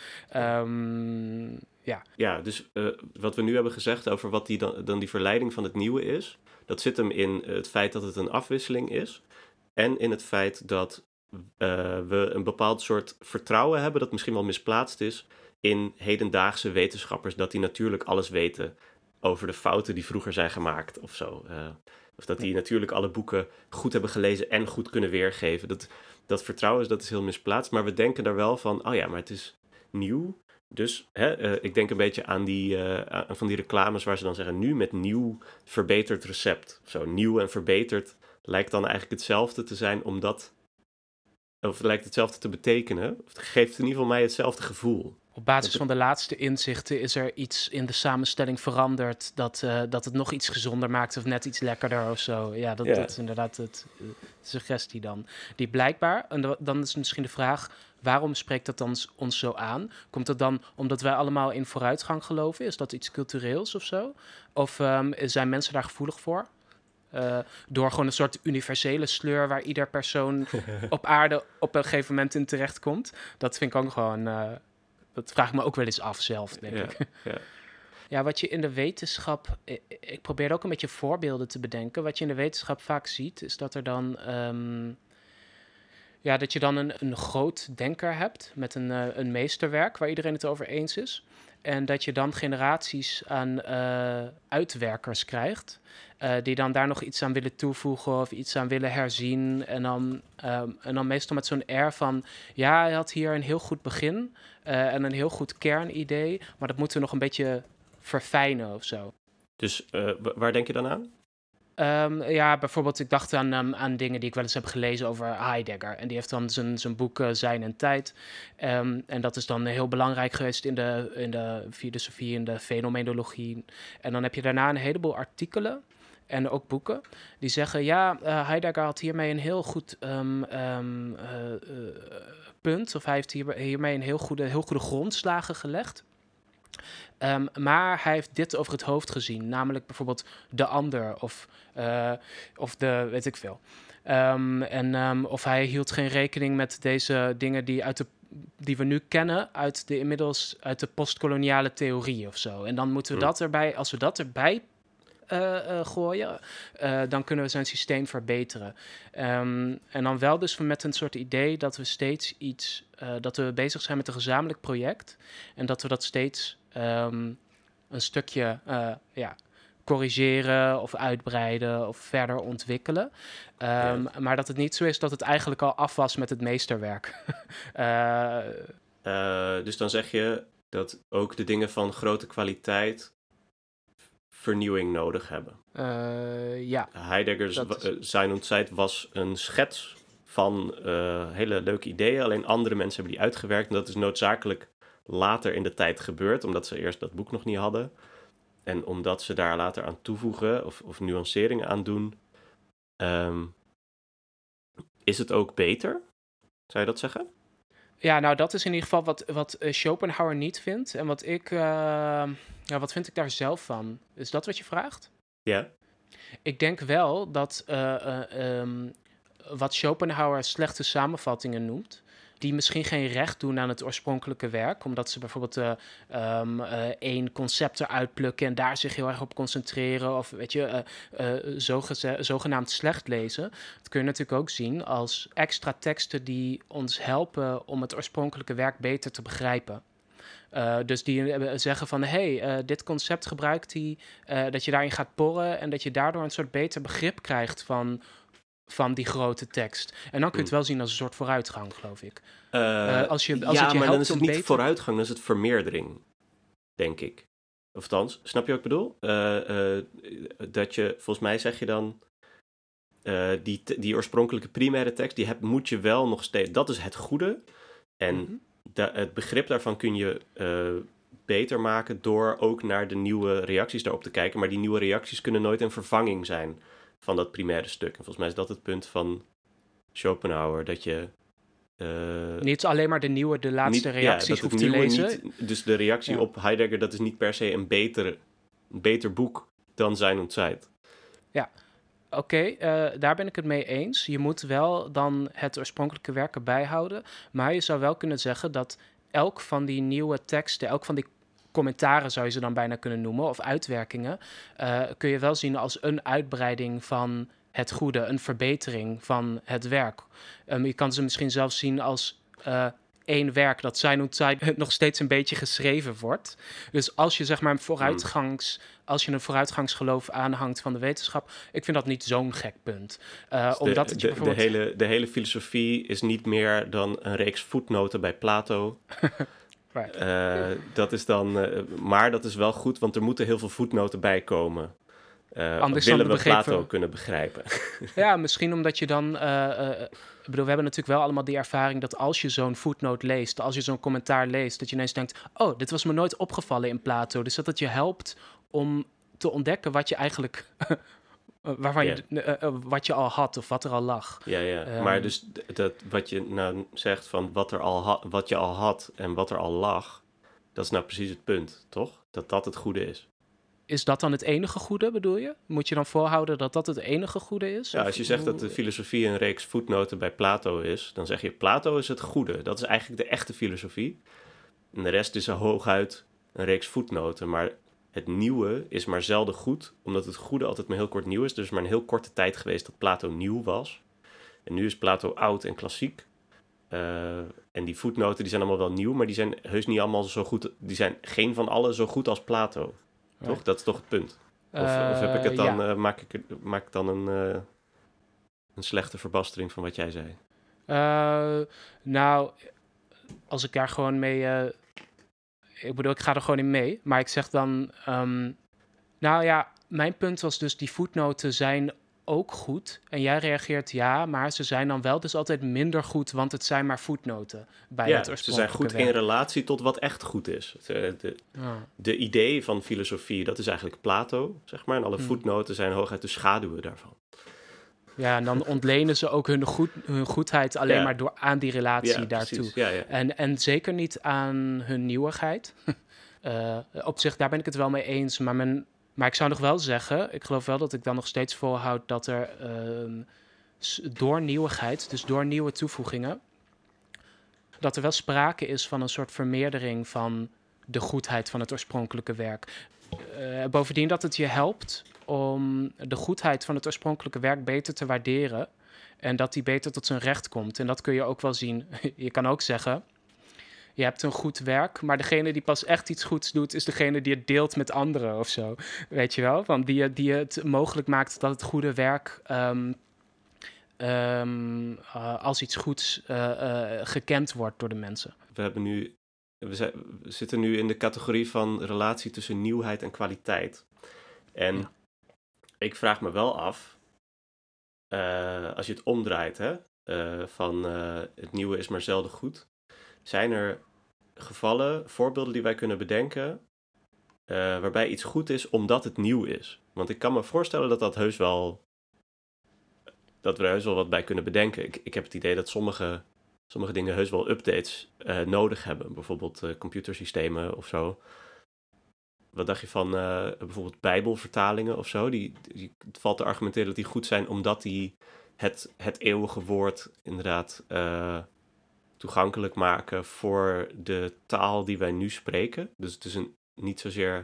Um, ja. Ja, dus uh, wat we nu hebben gezegd over wat die dan, dan die verleiding van het nieuwe is... dat zit hem in het feit dat het een afwisseling is... en in het feit dat uh, we een bepaald soort vertrouwen hebben... dat misschien wel misplaatst is in hedendaagse wetenschappers... dat die natuurlijk alles weten over de fouten die vroeger zijn gemaakt of zo... Uh, Of dat die natuurlijk alle boeken goed hebben gelezen en goed kunnen weergeven. Dat, dat vertrouwen is, dat is heel misplaatst. Maar we denken daar wel van, oh ja, maar het is nieuw. Dus hè, uh, ik denk een beetje aan die, uh, aan van die reclames waar ze dan zeggen... nu met nieuw verbeterd recept. Zo, nieuw en verbeterd lijkt dan eigenlijk hetzelfde te zijn omdat... Of het lijkt hetzelfde te betekenen. Of het geeft in ieder geval mij hetzelfde gevoel. Op basis van de laatste inzichten is er iets in de samenstelling veranderd... dat, uh, dat het nog iets gezonder maakt of net iets lekkerder of zo. Ja, dat, ja. dat is inderdaad het, uh, de suggestie dan. Die blijkbaar, en dan is misschien de vraag... waarom spreekt dat dan ons zo aan? Komt dat dan omdat wij allemaal in vooruitgang geloven? Is dat iets cultureels of zo? Of um, zijn mensen daar gevoelig voor? Uh, door gewoon een soort universele sleur... waar ieder persoon op aarde op een gegeven moment in terechtkomt. Dat vind ik ook gewoon... Uh, Dat vraag ik me ook wel eens af zelf, denk ja, ik. Ja. ja, wat je in de wetenschap... Ik, ik probeer ook een beetje voorbeelden te bedenken. Wat je in de wetenschap vaak ziet, is dat er dan... Um, ja, dat je dan een, een groot denker hebt met een, uh, een meesterwerk... waar iedereen het over eens is. En dat je dan generaties aan uh, uitwerkers krijgt... Uh, die dan daar nog iets aan willen toevoegen of iets aan willen herzien. En dan, um, en dan meestal met zo'n air van... ja, hij had hier een heel goed begin uh, en een heel goed kernidee... maar dat moeten we nog een beetje verfijnen of zo. Dus uh, waar denk je dan aan? Um, ja, bijvoorbeeld, ik dacht aan, um, aan dingen die ik wel eens heb gelezen over Heidegger. En die heeft dan zijn, zijn boek uh, Zijn en Tijd. Um, en dat is dan heel belangrijk geweest in de, in de filosofie, in de fenomenologie. En dan heb je daarna een heleboel artikelen... en ook boeken, die zeggen... ja, uh, Heidegger had hiermee een heel goed um, um, uh, uh, punt... of hij heeft hier, hiermee een heel goede, heel goede grondslagen gelegd... Um, maar hij heeft dit over het hoofd gezien. Namelijk bijvoorbeeld de ander of, uh, of de, weet ik veel. Um, en, um, of hij hield geen rekening met deze dingen die, uit de, die we nu kennen... uit de inmiddels uit de postkoloniale theorie of zo. En dan moeten we dat erbij, als we dat erbij... Uh, uh, gooien, uh, dan kunnen we zijn systeem verbeteren. Um, en dan wel dus met een soort idee dat we steeds iets... Uh, dat we bezig zijn met een gezamenlijk project... en dat we dat steeds um, een stukje uh, ja, corrigeren of uitbreiden... of verder ontwikkelen. Um, ja. Maar dat het niet zo is dat het eigenlijk al af was met het meesterwerk. uh, uh, dus dan zeg je dat ook de dingen van grote kwaliteit... vernieuwing nodig hebben. Uh, ja. Heidegger's is... Zijn und Zeit was een schets van uh, hele leuke ideeën. Alleen andere mensen hebben die uitgewerkt. En dat is noodzakelijk later in de tijd gebeurd. Omdat ze eerst dat boek nog niet hadden. En omdat ze daar later aan toevoegen of, of nuanceringen aan doen. Um, is het ook beter? Zou je dat zeggen? Ja, nou dat is in ieder geval wat, wat uh, Schopenhauer niet vindt. En wat ik, uh, ja, wat vind ik daar zelf van? Is dat wat je vraagt? Ja. Ik denk wel dat uh, uh, um, wat Schopenhauer slechte samenvattingen noemt... die misschien geen recht doen aan het oorspronkelijke werk... omdat ze bijvoorbeeld uh, um, uh, één concept eruit plukken... en daar zich heel erg op concentreren... of weet je, uh, uh, zogeze- zogenaamd slecht lezen. Dat kun je natuurlijk ook zien als extra teksten... die ons helpen om het oorspronkelijke werk beter te begrijpen. Uh, dus die uh, zeggen van, hé, hey, uh, dit concept gebruikt hij... Uh, dat je daarin gaat porren... en dat je daardoor een soort beter begrip krijgt van... van die grote tekst. En dan kun je het wel zien als een soort vooruitgang, geloof ik. Uh, uh, als je, als ja, het je maar dan is het niet beter... vooruitgang, dan is het vermeerdering, denk ik. Of althans, snap je wat ik bedoel? Uh, uh, dat je, volgens mij zeg je dan... Uh, die, die oorspronkelijke primaire tekst, die heb, moet je wel nog steeds... Dat is het goede. En mm-hmm. da, het begrip daarvan kun je uh, beter maken... door ook naar de nieuwe reacties daarop te kijken. Maar die nieuwe reacties kunnen nooit een vervanging zijn... van dat primaire stuk. En volgens mij is dat het punt van Schopenhauer, dat je... Uh, niet alleen maar de nieuwe, de laatste niet, reacties ja, hoeft te lezen. Niet, dus de reactie ja. op Heidegger, dat is niet per se een beter, een beter boek dan Sein und Zeit. Ja, oké, okay, uh, daar ben ik het mee eens. Je moet wel dan het oorspronkelijke werk erbij houden. Maar je zou wel kunnen zeggen dat elk van die nieuwe teksten, elk van die commentaren zou je ze dan bijna kunnen noemen, of uitwerkingen, uh, kun je wel zien als een uitbreiding van het goede, een verbetering van het werk. Um, je kan ze misschien zelfs zien als uh, één werk dat Sein und Zeit nog steeds een beetje geschreven wordt. Dus als je zeg maar een vooruitgangs, als je een vooruitgangsgeloof aanhangt van de wetenschap, ik vind dat niet zo'n gek punt. Uh, dus de, omdat het je de, bijvoorbeeld... de, hele, de hele filosofie is niet meer dan een reeks voetnoten bij Plato. Right. Uh, dat is dan, uh, maar dat is wel goed, want er moeten heel veel voetnoten bij komen. Uh, Anders willen we begrepen... Plato kunnen begrijpen. Ja, misschien omdat je dan... Uh, uh, ik bedoel, we hebben natuurlijk wel allemaal die ervaring dat als je zo'n voetnoot leest, als je zo'n commentaar leest, dat je ineens denkt, oh, dit was me nooit opgevallen in Plato. Dus dat het je helpt om te ontdekken wat je eigenlijk... waarvan yeah. je, uh, uh, wat je al had of wat er al lag. Ja, ja. Um, maar dus dat, wat je nou zegt van wat, er al ha- wat je al had en wat er al lag, dat is nou precies het punt, toch? Dat dat het goede is. Is dat dan het enige goede, bedoel je? Moet je dan voorhouden dat dat het enige goede is? Ja, als je zegt dat de filosofie een reeks voetnoten bij Plato is, dan zeg je Plato is het goede. Dat is eigenlijk de echte filosofie. En de rest is er hooguit een reeks voetnoten. Maar het nieuwe is maar zelden goed, omdat het goede altijd maar heel kort nieuw is. Er is maar een heel korte tijd geweest dat Plato nieuw was. En nu is Plato oud en klassiek. Uh, en die voetnoten die zijn allemaal wel nieuw, maar die zijn heus niet allemaal zo goed. Die zijn geen van allen zo goed als Plato. Toch? Right. Dat is toch het punt? Of, uh, of heb ik het dan, ja. uh, maak ik, maak ik dan een, uh, een slechte verbastering van wat jij zei? Uh, nou, als ik daar gewoon mee... Uh, ik bedoel, ik ga er gewoon in mee. Maar ik zeg dan... Um, nou ja, mijn punt was dus, die voetnoten zijn ook goed. En jij reageert ja, maar ze zijn dan wel dus altijd minder goed, want het zijn maar voetnoten bij ja, het oorspronkelijke ze zijn goed werk. In relatie tot wat echt goed is. De, de, ja. de idee van filosofie, dat is eigenlijk Plato, zeg maar. En alle hmm. voetnoten zijn hooguit de schaduwen daarvan. Ja, en dan ontlenen ze ook hun, goed, hun goedheid alleen ja. maar door aan die relatie ja, daartoe. Ja, ja. En, en zeker niet aan hun nieuwigheid. uh, op zich, daar ben ik het wel mee eens, maar mijn... Maar ik zou nog wel zeggen, ik geloof wel dat ik dan nog steeds volhoud dat er uh, door nieuwigheid, dus door nieuwe toevoegingen, dat er wel sprake is van een soort vermeerdering van de goedheid van het oorspronkelijke werk. Uh, bovendien dat het je helpt om de goedheid van het oorspronkelijke werk beter te waarderen en dat die beter tot zijn recht komt. En dat kun je ook wel zien. Je kan ook zeggen, je hebt een goed werk, maar degene die pas echt iets goeds doet, is degene die het deelt met anderen of zo. Weet je wel? Van die, die het mogelijk maakt dat het goede werk um, um, uh, als iets goeds uh, uh, gekend wordt door de mensen. We hebben nu, we, zijn, we zitten nu in de categorie van relatie tussen nieuwheid en kwaliteit. En ja. ik vraag me wel af, uh, als je het omdraait, hè, uh, van uh, het nieuwe is maar zelden goed. Zijn er gevallen, voorbeelden die wij kunnen bedenken, uh, waarbij iets goed is omdat het nieuw is? Want ik kan me voorstellen dat dat heus wel, dat we er heus wel wat bij kunnen bedenken. Ik, ik heb het idee dat sommige, sommige dingen heus wel updates uh, nodig hebben. Bijvoorbeeld uh, computersystemen of zo. Wat dacht je van uh, bijvoorbeeld bijbelvertalingen of zo? Die, die, het valt te argumenteren dat die goed zijn omdat die het, het eeuwige woord inderdaad Uh, toegankelijk maken voor de taal die wij nu spreken. Dus het is een, niet zozeer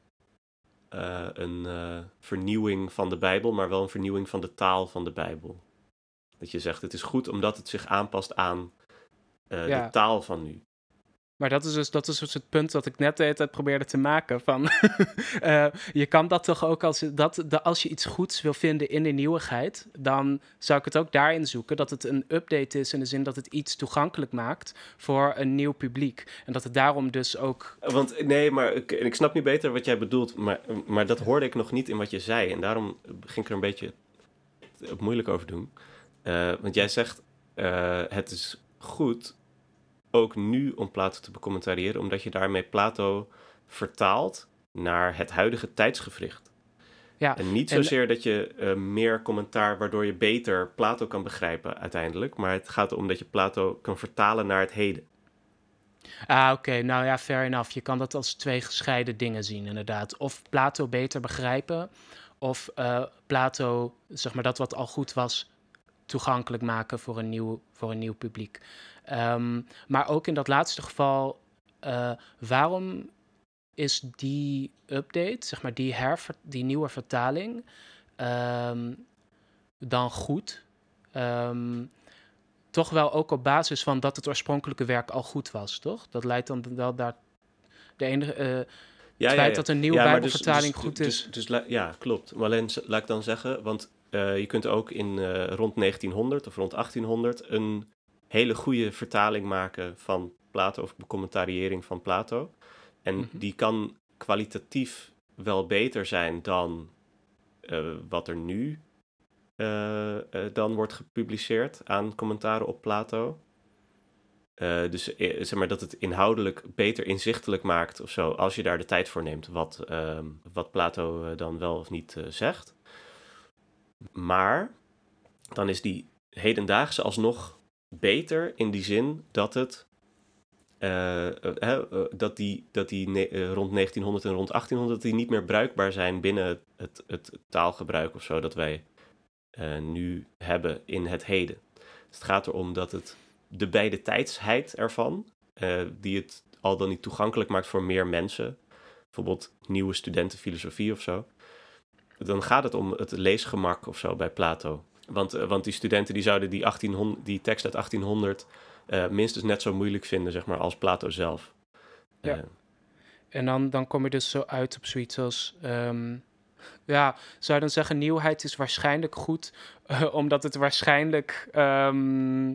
uh, een uh, vernieuwing van de Bijbel, maar wel een vernieuwing van de taal van de Bijbel. Dat je zegt, het is goed omdat het zich aanpast aan uh, ja. de taal van nu. Maar dat is dus, dat is dus het punt dat ik net de hele tijd probeerde te maken. Van, uh, je kan dat toch ook, als je, dat, de, als je iets goeds wil vinden in de nieuwigheid, dan zou ik het ook daarin zoeken. Dat het een update is in de zin dat het iets toegankelijk maakt voor een nieuw publiek. En dat het daarom dus ook... Want nee, maar ik, ik snap nu beter wat jij bedoelt, maar, maar dat hoorde ik nog niet in wat je zei. En daarom ging ik er een beetje moeilijk over doen. Uh, want jij zegt, uh, het is goed ook nu om Plato te becommentariëren, omdat je daarmee Plato vertaalt naar het huidige tijdsgewricht. Ja, en niet zozeer en... dat je uh, meer commentaar, waardoor je beter Plato kan begrijpen uiteindelijk, maar het gaat erom dat je Plato kan vertalen naar het heden. Ah, oké. Nou ja, fair enough. Je kan dat als twee gescheiden dingen zien, inderdaad. Of Plato beter begrijpen, of eh, Plato, zeg maar, dat wat al goed was, toegankelijk maken voor een nieuw, voor een nieuw publiek. Ehm, maar ook in dat laatste geval, eh, waarom is die update, zeg maar, die, herver, die nieuwe vertaling, ehm, dan goed? Ehm, toch wel ook op basis van dat het oorspronkelijke werk al goed was, toch? Dat leidt dan wel daar de enige. eh, Ja, het ja, feit ja. dat een nieuwe Ja, maar dus, dus, Bijbelvertaling goed dus, is. dus, la- ja, klopt. Maar alleen z- laat ik dan zeggen, want eh, je kunt ook in eh, rond negentienhonderd of rond achttienhonderd een hele goede vertaling maken van Plato of becommentariëring van Plato. En Mhm. die kan kwalitatief wel beter zijn dan eh, wat er nu eh, eh, dan wordt gepubliceerd aan commentaren op Plato. Uh, dus eh, zeg maar dat het inhoudelijk beter inzichtelijk maakt of zo, als je daar de tijd voor neemt, wat, uh, wat Plato uh, dan wel of niet uh, zegt. Maar dan is die hedendaagse alsnog beter in die zin dat het uh, uh, uh, dat die, dat die ne- uh, rond negentienhonderd en rond achttienhonderd dat die niet meer bruikbaar zijn binnen het, het, het taalgebruik of zo dat wij uh, nu hebben in het heden. Dus het gaat erom dat het de beide tijdsheid ervan, uh, die het al dan niet toegankelijk maakt voor meer mensen, bijvoorbeeld nieuwe studenten filosofie of zo, dan gaat het om het leesgemak of zo bij Plato. Want, uh, want die studenten die zouden die, achttienhonderd, die tekst uit achttienhonderd uh, minstens net zo moeilijk vinden, zeg maar, als Plato zelf. Ja. Uh, en dan, dan kom je dus zo uit op zoiets als... Um, ja, zou je dan zeggen, nieuwheid is waarschijnlijk goed, uh, omdat het waarschijnlijk... Um,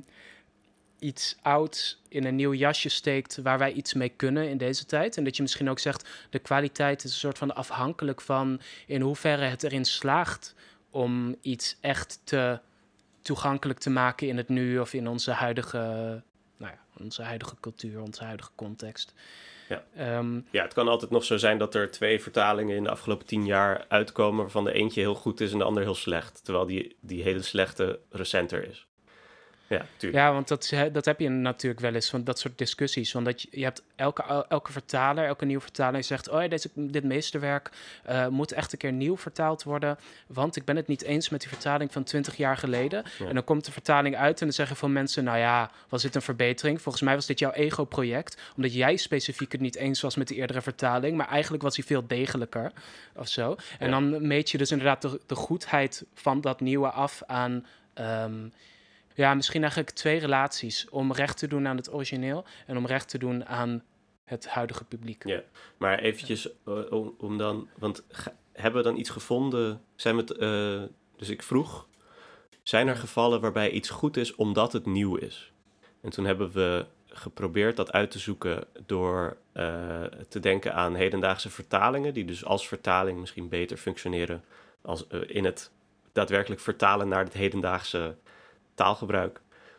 iets ouds in een nieuw jasje steekt waar wij iets mee kunnen in deze tijd. En dat je misschien ook zegt, de kwaliteit is een soort van afhankelijk van in hoeverre het erin slaagt om iets echt te toegankelijk te maken in het nu of in onze huidige, nou ja, onze huidige cultuur, onze huidige context. Ja. Um, ja, het kan altijd nog zo zijn dat er twee vertalingen in de afgelopen tien jaar uitkomen waarvan de eentje heel goed is en de ander heel slecht. Terwijl die, die hele slechte recenter is. Ja, tuurlijk. Ja, want dat, dat heb je natuurlijk wel eens, van dat soort discussies. Want dat je, je hebt elke, elke vertaler, elke nieuwe vertaler zegt... oh ja, deze, dit meesterwerk uh, moet echt een keer nieuw vertaald worden... want ik ben het niet eens met die vertaling van twintig jaar geleden. Ja. En dan komt de vertaling uit en dan zeggen veel mensen... nou ja, was dit een verbetering? Volgens mij was dit jouw ego-project... omdat jij specifiek het niet eens was met de eerdere vertaling... maar eigenlijk was hij veel degelijker of zo. En ja. dan meet je dus inderdaad de, de goedheid van dat nieuwe af aan... Um, Ja, misschien eigenlijk twee relaties. Om recht te doen aan het origineel en om recht te doen aan het huidige publiek. Ja, maar eventjes uh, om, om dan... Want ga, hebben we dan iets gevonden? Zijn we het, uh, dus ik vroeg, zijn er ja. gevallen waarbij iets goed is omdat het nieuw is? En toen hebben we geprobeerd dat uit te zoeken door uh, te denken aan hedendaagse vertalingen... die dus als vertaling misschien beter functioneren als uh, in het daadwerkelijk vertalen naar het hedendaagse... taalgebruik.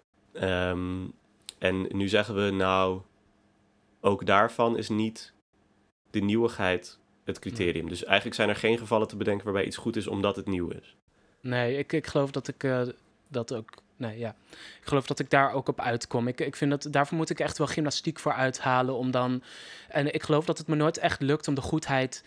Um, en nu zeggen we nou, ook daarvan is niet de nieuwigheid het criterium. Nee. Dus eigenlijk zijn er geen gevallen te bedenken waarbij iets goed is omdat het nieuw is. Nee, ik, ik geloof dat ik uh, dat ook... Nee, ja. Ik geloof dat ik daar ook op uitkom. Ik, ik vind dat, daarvoor moet ik echt wel gymnastiek voor uithalen om dan... En ik geloof dat het me nooit echt lukt om de goedheid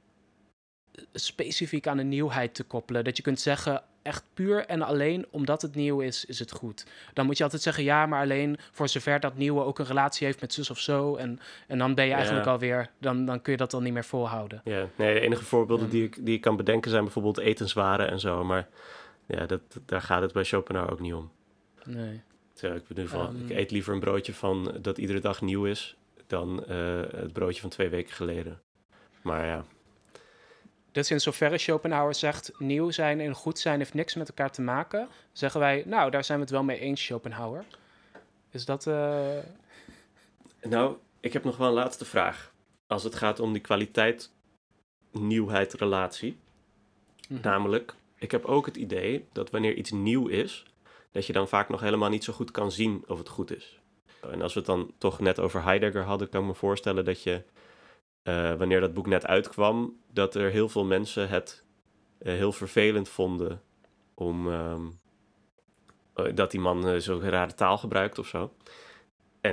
specifiek aan de nieuwheid te koppelen. Dat je kunt zeggen, echt puur en alleen omdat het nieuw is, is het goed. Dan moet je altijd zeggen, ja, maar alleen voor zover dat nieuwe ook een relatie heeft met zus of zo. En, en dan ben je eigenlijk ja. alweer, dan, dan kun je dat dan niet meer volhouden. Ja, nee, de enige voorbeelden um, die, ik, die ik kan bedenken zijn bijvoorbeeld etenswaren en zo. Maar ja, dat, daar gaat het bij Schopenhauer ook niet om. Nee. Ja, ik bedoel van, um, ik eet liever een broodje van dat iedere dag nieuw is dan uh, het broodje van twee weken geleden. Maar ja... Dus in zoverre Schopenhauer zegt, nieuw zijn en goed zijn heeft niks met elkaar te maken, zeggen wij, nou, daar zijn we het wel mee eens, Schopenhauer. Is dat... Uh... Nou, ik heb nog wel een laatste vraag. Als het gaat om die kwaliteit-nieuwheid-relatie. Mm-hmm. Namelijk, ik heb ook het idee dat wanneer iets nieuw is, dat je dan vaak nog helemaal niet zo goed kan zien of het goed is. En als we het dan toch net over Heidegger hadden, kan ik me voorstellen dat je... Uh, wanneer dat boek net uitkwam, dat er heel veel mensen het uh, heel vervelend vonden om um, uh, dat die man uh, zo'n rare taal gebruikt of zo. En dat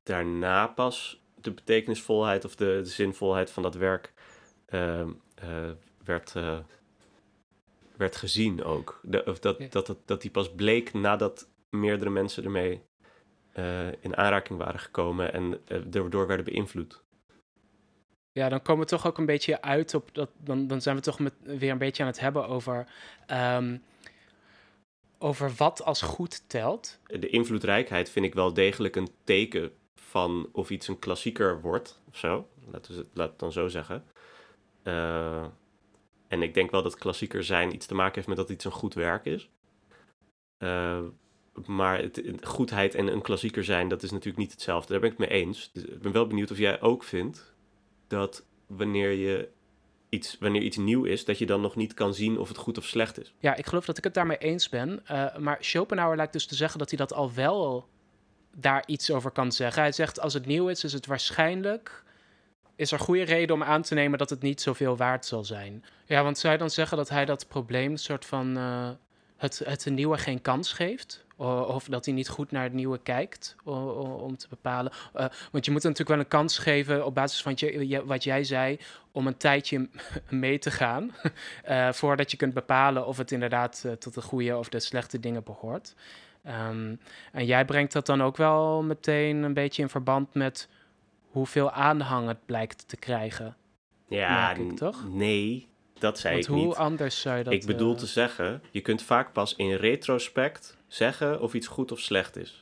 daarna pas de betekenisvolheid of de, de zinvolheid van dat werk uh, uh, werd, uh, werd gezien ook. De, of dat, Ja. dat, dat, dat die pas bleek nadat meerdere mensen ermee uh, in aanraking waren gekomen en uh, daardoor werden beïnvloed. Ja, dan komen we toch ook een beetje uit op dat. Dan, dan zijn we toch met, weer een beetje aan het hebben over. Um, over wat als goed telt. De invloedrijkheid vind ik wel degelijk een teken van of iets een klassieker wordt of zo. Laten we het, laat het dan zo zeggen. Uh, en ik denk wel dat klassieker zijn iets te maken heeft met dat iets een goed werk is. Uh, maar het, het, goedheid en een klassieker zijn, dat is natuurlijk niet hetzelfde. Daar ben ik het mee eens. Dus ik ben wel benieuwd of jij ook vindt dat wanneer je iets, wanneer iets nieuw is, dat je dan nog niet kan zien of het goed of slecht is. Ja, ik geloof dat ik het daarmee eens ben. Uh, maar Schopenhauer lijkt dus te zeggen dat hij dat al wel daar iets over kan zeggen. Hij zegt, als het nieuw is, is het waarschijnlijk... is er goede reden om aan te nemen dat het niet zoveel waard zal zijn. Ja, want zou je dan zeggen dat hij dat probleem soort van... Uh, het, het nieuwe geen kans geeft? Of dat hij niet goed naar het nieuwe kijkt om te bepalen. Uh, want je moet natuurlijk wel een kans geven op basis van je, wat jij zei, om een tijdje mee te gaan. Uh, voordat je kunt bepalen of het inderdaad uh, tot de goede of de slechte dingen behoort. Um, en jij brengt dat dan ook wel meteen een beetje in verband met hoeveel aanhang het blijkt te krijgen. Ja, ik, toch? nee. Dat zei Want ik hoe niet. anders zou je dat... Ik bedoel uh... te zeggen, je kunt vaak pas in retrospect zeggen of iets goed of slecht is.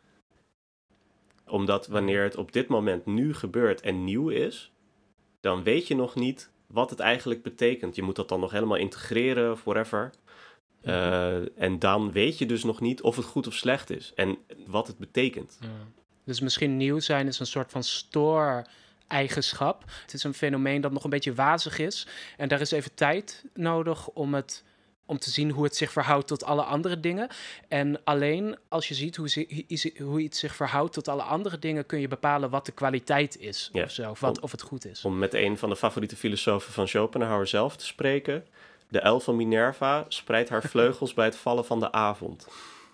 Omdat wanneer het op dit moment nu gebeurt en nieuw is, dan weet je nog niet wat het eigenlijk betekent. Je moet dat dan nog helemaal integreren of whatever. Uh, en dan weet je dus nog niet of het goed of slecht is en wat het betekent. Ja. Dus misschien nieuw zijn is een soort van store... eigenschap. Het is een fenomeen dat nog een beetje wazig is. En daar is even tijd nodig om, het, om te zien hoe het zich verhoudt tot alle andere dingen. En alleen als je ziet hoe, ze, hoe iets zich verhoudt tot alle andere dingen, kun je bepalen wat de kwaliteit is. Ja. Of, zo, of, wat, om, of het goed is. Om met een van de favoriete filosofen van Schopenhauer zelf te spreken. De uil van Minerva spreidt haar vleugels bij het vallen van de avond.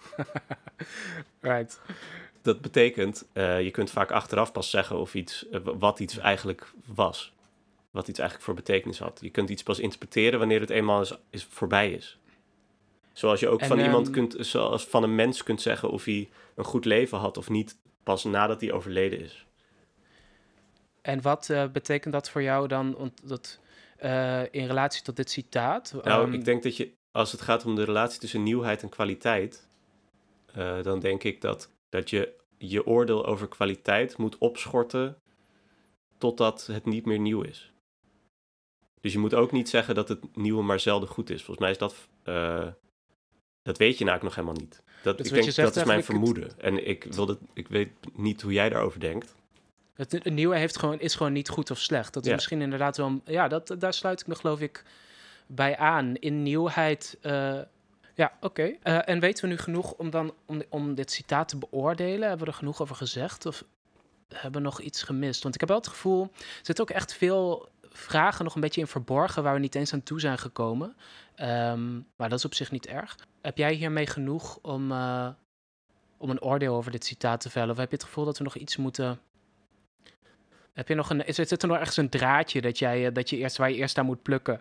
Right. Dat betekent, uh, je kunt vaak achteraf pas zeggen of iets, uh, wat iets eigenlijk was. Wat iets eigenlijk voor betekenis had. Je kunt iets pas interpreteren wanneer het eenmaal is, is voorbij is. Zoals je ook en, van um, iemand kunt, zoals van een mens kunt zeggen of hij een goed leven had of niet, pas nadat hij overleden is. En wat uh, betekent dat voor jou dan dat, uh, in relatie tot dit citaat? Nou, um, ik denk dat je, als het gaat om de relatie tussen nieuwheid en kwaliteit, uh, dan denk ik dat, dat je je oordeel over kwaliteit moet opschorten totdat het niet meer nieuw is. Dus je moet ook niet zeggen dat het nieuwe maar zelden goed is. Volgens mij is dat... Uh, dat weet je namelijk nog helemaal niet. Dat, dus ik denk, dat is mijn vermoeden. Het... En ik, wil dat, ik weet niet hoe jij daarover denkt. Het, het nieuwe heeft gewoon, is gewoon niet goed of slecht. Dat is ja. misschien inderdaad wel... Ja, dat, daar sluit ik me geloof ik bij aan. In nieuwheid... Uh, ja, oké. Okay. Uh, en weten we nu genoeg om, dan, om, om dit citaat te beoordelen? Hebben we er genoeg over gezegd? Of hebben we nog iets gemist? Want ik heb wel het gevoel... Er zitten ook echt veel... vragen nog een beetje in verborgen waar we niet eens aan toe zijn gekomen. Um, maar dat is op zich niet erg. Heb jij hiermee genoeg om, uh, om een oordeel over dit citaat te vellen? Of heb je het gevoel dat we nog iets moeten... Heb je nog een... Is, zit er nog ergens een draadje dat, jij, dat je eerst, waar je eerst aan moet plukken?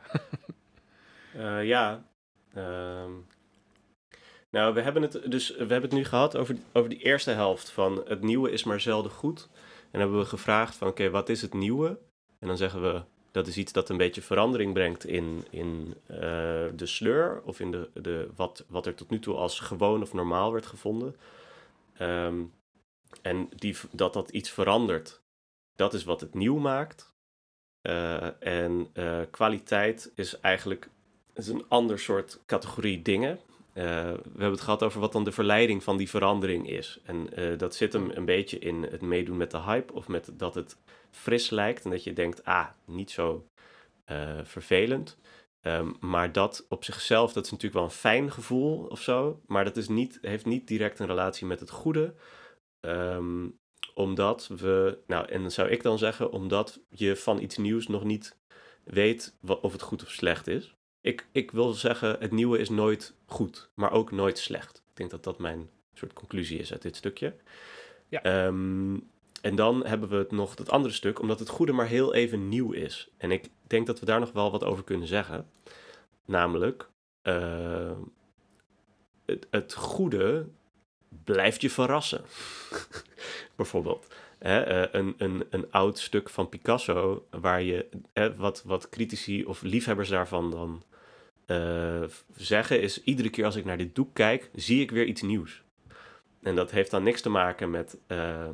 uh, ja. Um, nou, we hebben het dus we hebben het nu gehad over, over die eerste helft van het nieuwe is maar zelden goed. En hebben we gevraagd van oké, okay, wat is het nieuwe? En dan zeggen we, dat is iets dat een beetje verandering brengt in, in uh, de sleur of in de, de, wat, wat er tot nu toe als gewoon of normaal werd gevonden. Um, en die, dat dat iets verandert, dat is wat het nieuw maakt. Uh, en uh, kwaliteit is eigenlijk is een ander soort categorie dingen. Uh, we hebben het gehad over wat dan de verleiding van die verandering is. En uh, dat zit hem een beetje in het meedoen met de hype of met dat het fris lijkt en dat je denkt, ah, niet zo uh, vervelend. Um, maar dat op zichzelf, dat is natuurlijk wel een fijn gevoel of zo, maar dat is niet, heeft niet direct een relatie met het goede. Um, omdat we, nou, en dan zou ik dan zeggen, omdat je van iets nieuws nog niet weet wat, of het goed of slecht is. Ik, ik wil zeggen, het nieuwe is nooit goed, maar ook nooit slecht. Ik denk dat dat mijn soort conclusie is uit dit stukje. Ja. Um, en dan hebben we het nog, dat andere stuk, omdat het goede maar heel even nieuw is. En ik denk dat we daar nog wel wat over kunnen zeggen. Namelijk, uh, het, het goede blijft je verrassen. Bijvoorbeeld. Hè, uh, een, een, een oud stuk van Picasso, waar je, uh, wat, wat critici of liefhebbers daarvan dan uh, zeggen, is iedere keer als ik naar dit doek kijk, zie ik weer iets nieuws. En dat heeft dan niks te maken met... Uh,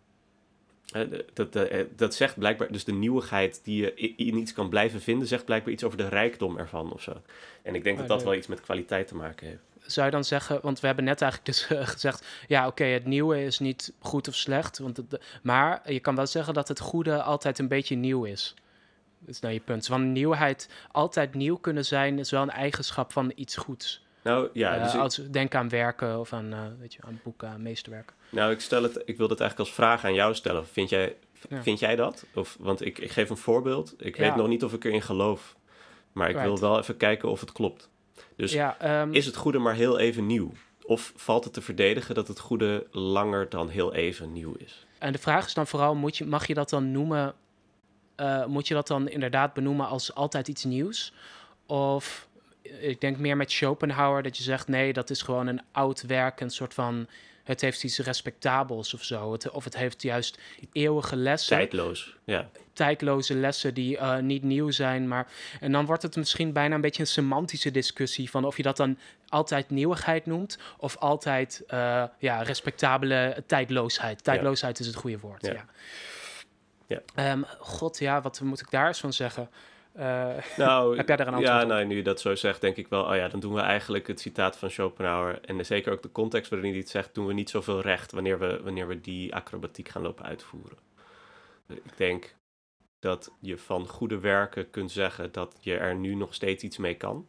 dat, dat, dat zegt blijkbaar... Dus de nieuwigheid die je in iets kan blijven vinden... zegt blijkbaar iets over de rijkdom ervan of zo. En ik denk Maar dat dat de... wel iets met kwaliteit te maken heeft. Zou je dan zeggen... Want we hebben net eigenlijk dus uh, gezegd... Ja, oké, okay, het nieuwe is niet goed of slecht. Want het, maar je kan wel zeggen dat het goede altijd een beetje nieuw is. Dat is nou je punt. Want nieuwheid, altijd nieuw kunnen zijn... is wel een eigenschap van iets goeds. Nou, ja, uh, dus ik... als we denken aan werken of aan, uh, weet je, aan boeken, aan meesterwerken. Nou, ik, stel het, ik wil het eigenlijk als vraag aan jou stellen. Vind jij, ja. vind jij dat? Of, want ik, ik geef een voorbeeld. Ik ja. weet nog niet of ik erin geloof. Maar ik right. wil wel even kijken of het klopt. Dus ja, um, is het goede maar heel even nieuw? Of valt het te verdedigen dat het goede langer dan heel even nieuw is? En de vraag is dan vooral, moet je, mag je dat dan noemen... Uh, moet je dat dan inderdaad benoemen als altijd iets nieuws? Of... Ik denk meer met Schopenhauer dat je zegt... nee, dat is gewoon een oud werk, een soort van... het heeft iets respectabels of zo. Het, of het heeft juist eeuwige lessen. Tijdloos, ja. Tijdloze lessen die uh, niet nieuw zijn. Maar, en dan wordt het misschien bijna een beetje een semantische discussie... van of je dat dan altijd nieuwigheid noemt... of altijd uh, ja, respectabele tijdloosheid. Tijdloosheid ja. is het goede woord, ja. ja. ja. Um, God, ja, wat moet ik daar eens van zeggen... Uh, nou, heb jij daar een antwoord ja, op? nou, nu je dat zo zegt, denk ik wel... oh ja, dan doen we eigenlijk het citaat van Schopenhauer... en zeker ook de context waarin hij het zegt... doen we niet zoveel recht wanneer we, wanneer we die acrobatiek gaan lopen uitvoeren. Ik denk dat je van goede werken kunt zeggen... dat je er nu nog steeds iets mee kan.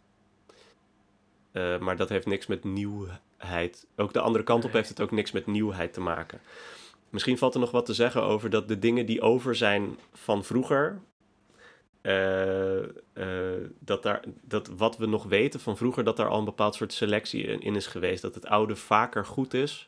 Uh, maar dat heeft niks met nieuwheid... Ook de andere kant op heeft het ook niks met nieuwheid te maken. Misschien valt er nog wat te zeggen over dat de dingen die over zijn van vroeger... Uh, uh, dat, daar, dat wat we nog weten van vroeger... dat daar al een bepaald soort selectie in, in is geweest. Dat het oude vaker goed is.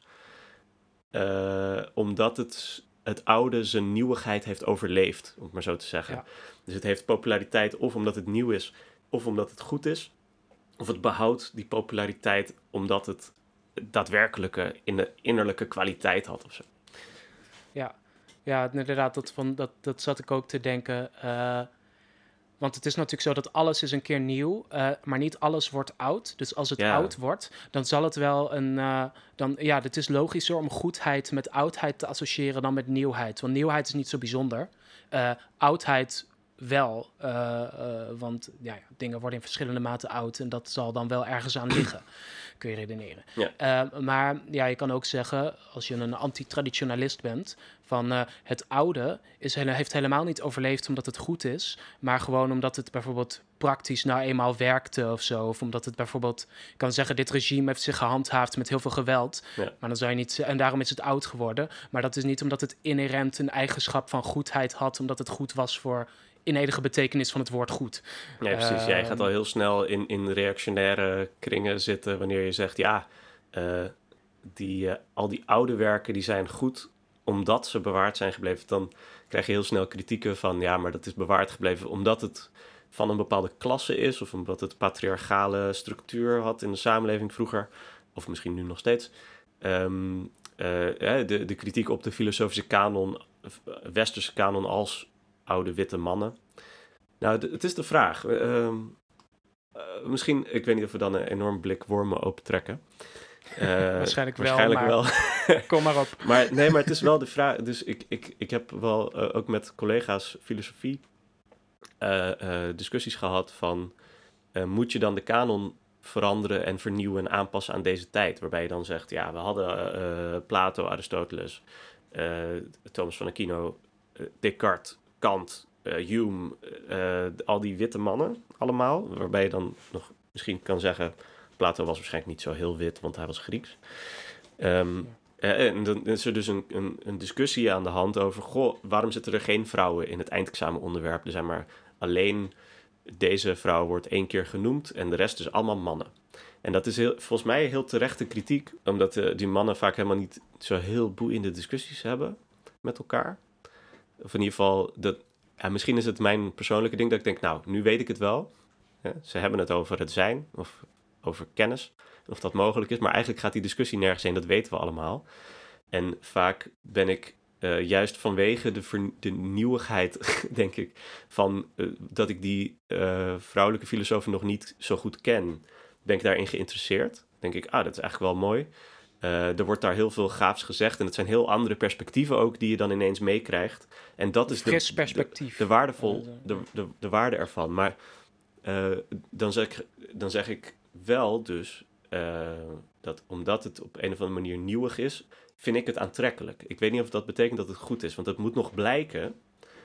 Uh, omdat het, het oude zijn nieuwigheid heeft overleefd. Om het maar zo te zeggen. Ja. Dus het heeft populariteit of omdat het nieuw is... of omdat het goed is. Of het behoudt die populariteit... omdat het daadwerkelijke in de innerlijke kwaliteit had of zo. Ja, ja inderdaad. Dat, van, dat, dat zat ik ook te denken... Uh... Want het is natuurlijk zo dat alles is een keer nieuw, uh, maar niet alles wordt oud. Dus als het ja. oud wordt, dan zal het wel een... Uh, dan, ja, het is logischer om goedheid met oudheid te associëren dan met nieuwheid. Want nieuwheid is niet zo bijzonder. Uh, oudheid wel, uh, uh, want ja, ja, dingen worden in verschillende maten oud... en dat zal dan wel ergens aan liggen, kun je redeneren. Ja. Uh, maar ja, je kan ook zeggen, als je een anti-traditionalist bent... van uh, het oude is, heeft helemaal niet overleefd omdat het goed is... maar gewoon omdat het bijvoorbeeld praktisch nou eenmaal werkte of zo... of omdat het bijvoorbeeld, je kan zeggen... dit regime heeft zich gehandhaafd met heel veel geweld... Ja. maar dan zou je niet... en daarom is het oud geworden. Maar dat is niet omdat het inherent een eigenschap van goedheid had... omdat het goed was voor... in enige betekenis van het woord goed. Ja, precies. Uh, Jij gaat al heel snel in, in reactionaire kringen zitten... wanneer je zegt, ja, uh, die, uh, al die oude werken die zijn goed... omdat ze bewaard zijn gebleven. Dan krijg je heel snel kritieken van... ja, maar dat is bewaard gebleven omdat het van een bepaalde klasse is... of omdat het patriarchale structuur had in de samenleving vroeger... of misschien nu nog steeds. Um, uh, de, de kritiek op de filosofische kanon... westerse kanon als... oude witte mannen. Nou, d- het is de vraag. Uh, uh, misschien, ik weet niet of we dan een enorm blik wormen opentrekken. Uh, waarschijnlijk wel, waarschijnlijk maar wel. Kom maar op. Maar nee, maar het is wel de vraag. Dus ik, ik, ik heb wel uh, ook met collega's filosofie uh, uh, discussies gehad van... Uh, moet je dan de kanon veranderen en vernieuwen en aanpassen aan deze tijd? Waarbij je dan zegt, ja, we hadden uh, Plato, Aristoteles, uh, Thomas van Aquino, uh, Descartes... Kant, uh, Hume, uh, al die witte mannen allemaal. Waarbij je dan nog misschien kan zeggen... Plato was waarschijnlijk niet zo heel wit, want hij was Grieks. Um, ja. uh, en dan is er dus een, een, een discussie aan de hand over... Goh, waarom zitten er geen vrouwen in het eindexamenonderwerp? Er zijn maar alleen deze vrouw wordt één keer genoemd... en de rest is allemaal mannen. En dat is heel, volgens mij heel terechte kritiek... omdat uh, die mannen vaak helemaal niet zo heel boeiende discussies hebben... met elkaar. Of in ieder geval, dat, ja, misschien is het mijn persoonlijke ding dat ik denk, nou, nu weet ik het wel. Hè? Ze hebben het over het zijn of over kennis, of dat mogelijk is. Maar eigenlijk gaat die discussie nergens heen, dat weten we allemaal. En vaak ben ik uh, juist vanwege de, ver, de nieuwigheid, denk ik, van uh, dat ik die uh, vrouwelijke filosofen nog niet zo goed ken, ben ik daarin geïnteresseerd. Denk ik, ah, dat is eigenlijk wel mooi. Uh, er wordt daar heel veel gaafs gezegd en het zijn heel andere perspectieven ook die je dan ineens meekrijgt. En dat is Fris de, perspectief. De, de waardevol, de, de, de waarde ervan. Maar uh, dan, zeg, dan zeg ik wel dus uh, dat omdat het op een of andere manier nieuwig is, vind ik het aantrekkelijk. Ik weet niet of dat betekent dat het goed is, want het moet nog blijken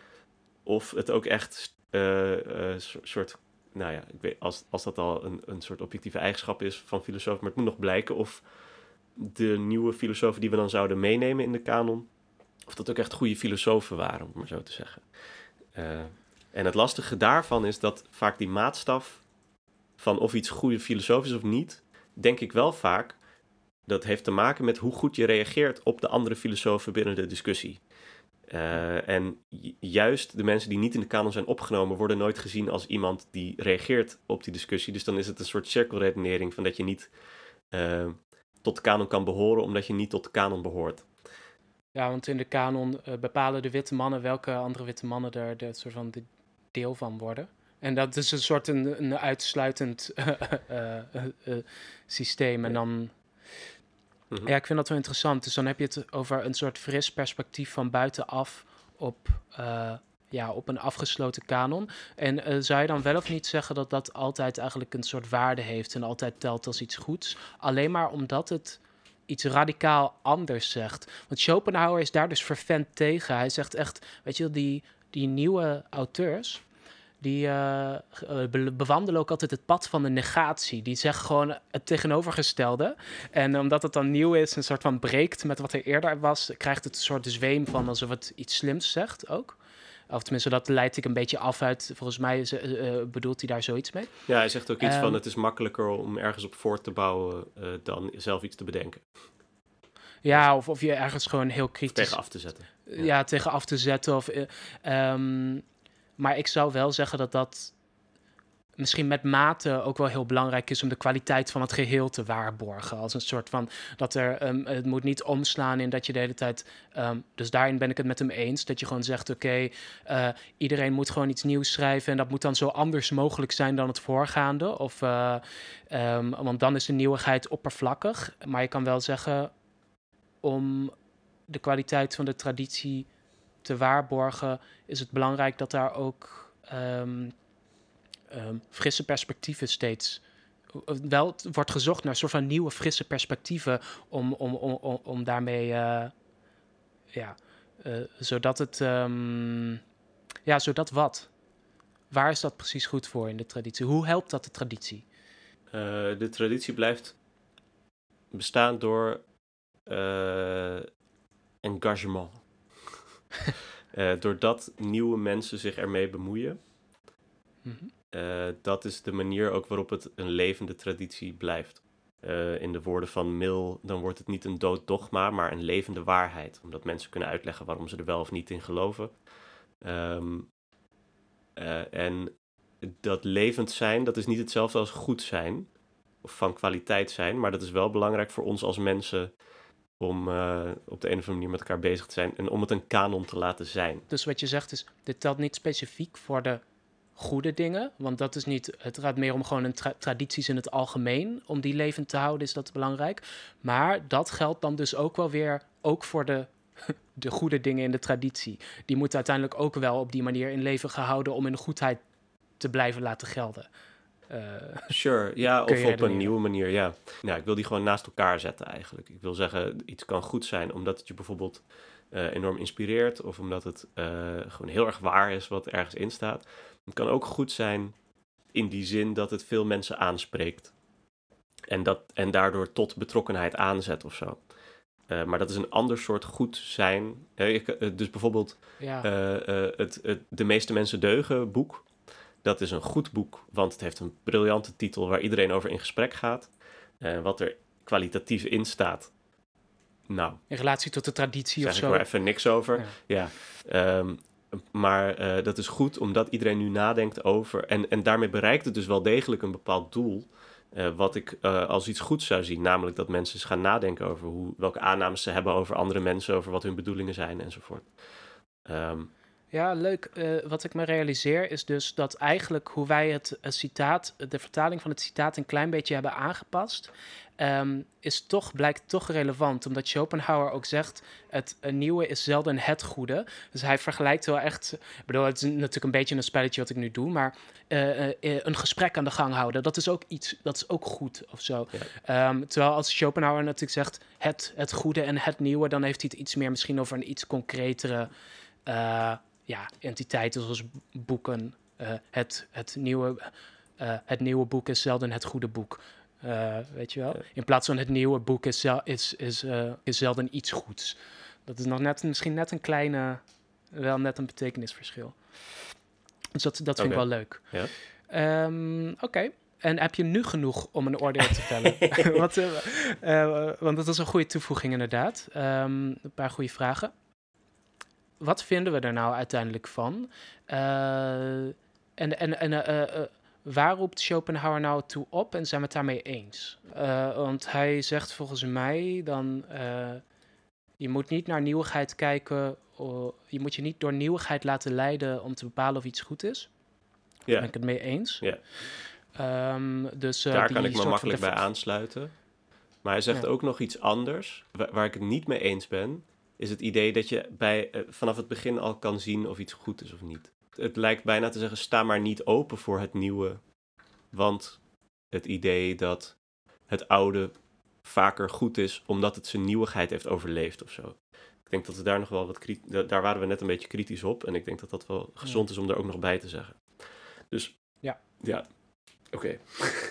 of het ook echt uh, uh, soort, nou ja, ik weet, als, als dat al een, een soort objectieve eigenschap is van filosofen, maar het moet nog blijken of de nieuwe filosofen die we dan zouden meenemen in de kanon, of dat ook echt goede filosofen waren, om het maar zo te zeggen. Uh, en het lastige daarvan is dat vaak die maatstaf van of iets goede filosoof is of niet, denk ik wel vaak, dat heeft te maken met hoe goed je reageert op de andere filosofen binnen de discussie. Uh, en juist de mensen die niet in de kanon zijn opgenomen, worden nooit gezien als iemand die reageert op die discussie. Dus dan is het een soort cirkelredenering van dat je niet uh, tot de kanon kan behoren, omdat je niet tot de kanon behoort. Ja, want in de kanon uh, bepalen de witte mannen welke andere witte mannen er de, soort van de deel van worden. En dat is een soort een, een uitsluitend uh, uh, uh, uh, systeem. En dan... Mm-hmm. Ja, ik vind dat wel interessant. Dus dan heb je het over een soort fris perspectief van buitenaf op, uh, ja, op een afgesloten kanon. En uh, zou je dan wel of niet zeggen dat dat altijd eigenlijk een soort waarde heeft en altijd telt als iets goeds? Alleen maar omdat het iets radicaal anders zegt. Want Schopenhauer is daar dus fervent tegen. Hij zegt echt, weet je, die, die nieuwe auteurs, die uh, be- bewandelen ook altijd het pad van de negatie. Die zeggen gewoon het tegenovergestelde. En omdat het dan nieuw is, een soort van breekt met wat er eerder was, krijgt het een soort zweem van alsof het iets slims zegt ook. Of tenminste, dat leid ik een beetje af uit. Volgens mij is, uh, bedoelt hij daar zoiets mee. Ja, hij zegt ook iets um, van het is makkelijker om ergens op voort te bouwen uh, dan zelf iets te bedenken. Ja, of, of je ergens gewoon heel kritisch... Tegen af te zetten. Ja, ja tegen af te zetten. Of, uh, um, maar ik zou wel zeggen dat dat misschien met mate ook wel heel belangrijk is om de kwaliteit van het geheel te waarborgen. Als een soort van, dat er, um, het moet niet omslaan in dat je de hele tijd, um, dus daarin ben ik het met hem eens, dat je gewoon zegt, oké, okay, uh, iedereen moet gewoon iets nieuws schrijven en dat moet dan zo anders mogelijk zijn dan het voorgaande. Of, uh, um, want dan is de nieuwigheid oppervlakkig. Maar je kan wel zeggen, om de kwaliteit van de traditie te waarborgen, is het belangrijk dat daar ook Um, Um, frisse perspectieven steeds... Wel, het wordt gezocht naar een soort van nieuwe, frisse perspectieven om, om, om, om, om daarmee... Uh, ja, uh, zodat het... Um, ja, zodat wat? Waar is dat precies goed voor in de traditie? Hoe helpt dat de traditie? Uh, de traditie blijft bestaan door uh, engagement. uh, doordat nieuwe mensen zich ermee bemoeien. Mm-hmm. Uh, dat is de manier ook waarop het een levende traditie blijft. Uh, in de woorden van Mill, dan wordt het niet een dood dogma, maar een levende waarheid. Omdat mensen kunnen uitleggen waarom ze er wel of niet in geloven. Um, uh, en dat levend zijn, dat is niet hetzelfde als goed zijn. Of van kwaliteit zijn. Maar dat is wel belangrijk voor ons als mensen om uh, op de een of andere manier met elkaar bezig te zijn. En om het een kanon te laten zijn. Dus wat je zegt is, dit telt niet specifiek voor de goede dingen, want dat is niet, het gaat meer om gewoon een tra- tradities in het algemeen, om die levend te houden is dat belangrijk, maar dat geldt dan dus ook wel weer, ook voor de, de goede dingen in de traditie. Die moeten uiteindelijk ook wel op die manier in leven gehouden om in de goedheid te blijven laten gelden. Uh, sure, ja, of op een nieuwe manier, ja. Nou, ik wil die gewoon naast elkaar zetten eigenlijk. Ik wil zeggen, iets kan goed zijn omdat het je bijvoorbeeld uh, enorm inspireert, of omdat het uh, gewoon heel erg waar is wat ergens in staat. Het kan ook goed zijn in die zin dat het veel mensen aanspreekt. En, dat, en daardoor tot betrokkenheid aanzet of zo. Uh, maar dat is een ander soort goed zijn. Uh, ik, uh, dus bijvoorbeeld ja. uh, uh, het, het De meeste mensen deugen boek. Dat is een goed boek, want het heeft een briljante titel waar iedereen over in gesprek gaat. Uh, wat er kwalitatief in staat, nou, In relatie tot de traditie zeg of ik zo. maar even niks over. Ja. Ja, um, maar uh, dat is goed omdat iedereen nu nadenkt over... En, en daarmee bereikt het dus wel degelijk een bepaald doel... Uh, wat ik uh, als iets goeds zou zien. Namelijk dat mensen eens gaan nadenken over hoe, welke aannames ze hebben over andere mensen... over wat hun bedoelingen zijn enzovoort. Um, Ja, leuk. Uh, wat ik me realiseer is dus dat eigenlijk hoe wij het uh, citaat, de vertaling van het citaat een klein beetje hebben aangepast, um, is toch, blijkt toch relevant. Omdat Schopenhauer ook zegt, het uh, nieuwe is zelden het goede. Dus hij vergelijkt wel echt, ik bedoel, het is natuurlijk een beetje een spelletje wat ik nu doe, maar uh, uh, een gesprek aan de gang houden, dat is ook iets, dat is ook goed of zo. Ja. Um, terwijl als Schopenhauer natuurlijk zegt, het, het goede en het nieuwe, dan heeft hij het iets meer misschien over een iets concretere... Uh, ja, entiteiten zoals boeken. Uh, het, het, nieuwe, uh, het nieuwe boek is zelden het goede boek. Uh, weet je wel? Ja. In plaats van het nieuwe boek is, is, is, uh, is zelden iets goeds. Dat is nog net, misschien net een kleine, wel net een betekenisverschil. Dus dat, dat vind okay. ik wel leuk. Ja. Um, Oké. Okay. En heb je nu genoeg om een oordeel te vellen? want, uh, uh, want dat is een goede toevoeging inderdaad. Um, een paar goede vragen. Wat vinden we er nou uiteindelijk van? Uh, en en, en uh, uh, waar roept Schopenhauer nou toe op en zijn we het daarmee eens? Uh, want hij zegt volgens mij dan... Uh, je moet niet naar nieuwigheid kijken... Uh, je moet je niet door nieuwigheid laten leiden om te bepalen of iets goed is. Daar yeah. ben ik het mee eens. Yeah. Um, dus, uh, Daar die kan ik me makkelijk de... bij aansluiten. Maar hij zegt ja. ook nog iets anders, waar, waar ik het niet mee eens ben... is het idee dat je bij, uh, vanaf het begin al kan zien of iets goed is of niet. Het lijkt bijna te zeggen, sta maar niet open voor het nieuwe. Want het idee dat het oude vaker goed is... omdat het zijn nieuwigheid heeft overleefd of zo. Ik denk dat we daar nog wel wat... Kriti- daar waren we net een beetje kritisch op. En ik denk dat dat wel gezond ja. is om daar ook nog bij te zeggen. Dus, ja. Ja, oké.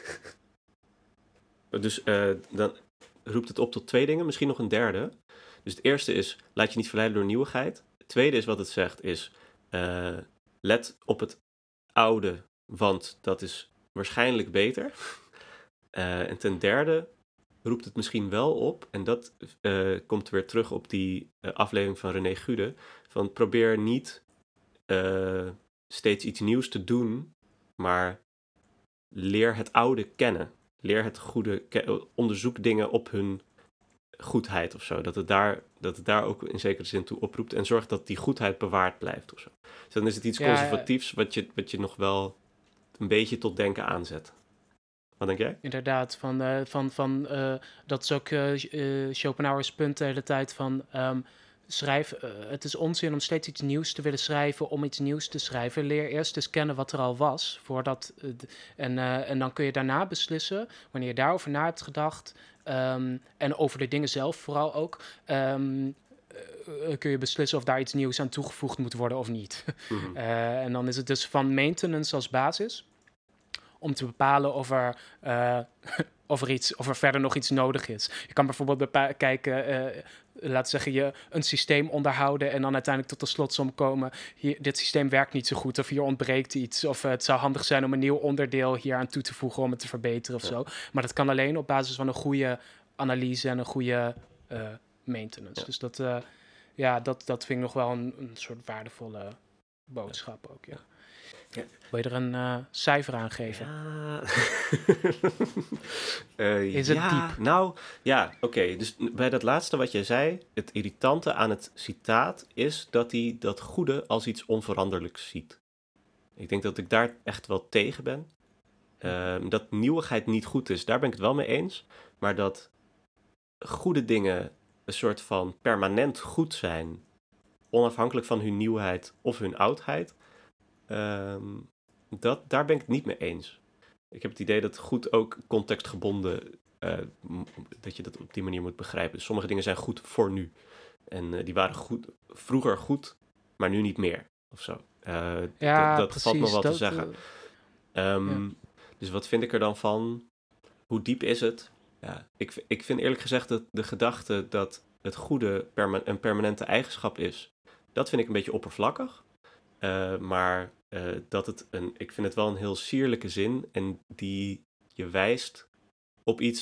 Okay. dus uh, dan roept het op tot twee dingen, misschien nog een derde... Dus het eerste is, laat je niet verleiden door nieuwigheid. Het tweede is wat het zegt, is uh, let op het oude, want dat is waarschijnlijk beter. Uh, en ten derde roept het misschien wel op, en dat uh, komt weer terug op die uh, aflevering van René Gude, van probeer niet uh, steeds iets nieuws te doen, maar leer het oude kennen. Leer het goede, ke- onderzoek dingen op hun goedheid of zo. Dat het, daar, dat het daar ook in zekere zin toe oproept. En zorg dat die goedheid bewaard blijft of zo. Dus dan is het iets ja, conservatiefs wat je, wat je nog wel een beetje tot denken aanzet. Wat denk jij? Inderdaad, van, uh, van, van, uh, dat is ook uh, uh, Schopenhauers punt de hele tijd van... Um, schrijf, uh, het is onzin om steeds iets nieuws te willen schrijven om iets nieuws te schrijven. Leer eerst eens kennen wat er al was. Voordat, uh, en, uh, en dan kun je daarna beslissen, wanneer je daarover na hebt gedacht... Um, en over de dingen zelf vooral ook... Um, uh, kun je beslissen of daar iets nieuws aan toegevoegd moet worden of niet. Mm-hmm. Uh, en dan is het dus van maintenance als basis... om te bepalen of er, uh, of, er iets, of er verder nog iets nodig is. Je kan bijvoorbeeld bepa- kijken, uh, laten zeggen, je een systeem onderhouden... en dan uiteindelijk tot de slotsom komen... Hier, dit systeem werkt niet zo goed of hier ontbreekt iets... of uh, het zou handig zijn om een nieuw onderdeel hier aan toe te voegen... om het te verbeteren of ja. zo. Maar dat kan alleen op basis van een goede analyse en een goede uh, maintenance. Ja. Dus dat, uh, ja, dat, dat vind ik nog wel een, een soort waardevolle boodschap ja. ook, ja. Ja. Wil je er een uh, cijfer aan geven? Ja. uh, is het ja, diep? Nou, ja, oké. Okay. Dus bij dat laatste wat jij zei... het irritante aan het citaat is dat hij dat goede als iets onveranderlijks ziet. Ik denk dat ik daar echt wel tegen ben. Uh, dat nieuwigheid niet goed is, daar ben ik het wel mee eens. Maar dat goede dingen een soort van permanent goed zijn... onafhankelijk van hun nieuwheid of hun oudheid... Um, dat, daar ben ik het niet mee eens. Ik heb het idee dat goed ook contextgebonden... Uh, dat je dat op die manier moet begrijpen. Sommige dingen zijn goed voor nu. En uh, die waren goed, vroeger goed, maar nu niet meer. Of zo. Uh, ja, d- dat precies, valt nog wel dat, te zeggen. Uh, um, ja. Dus wat vind ik er dan van? Hoe diep is het? Ja, ik, ik vind eerlijk gezegd dat de gedachte dat het goede perma- een permanente eigenschap is... dat vind ik een beetje oppervlakkig. Uh, maar uh, dat het een, ik vind het wel een heel sierlijke zin en die je wijst op iets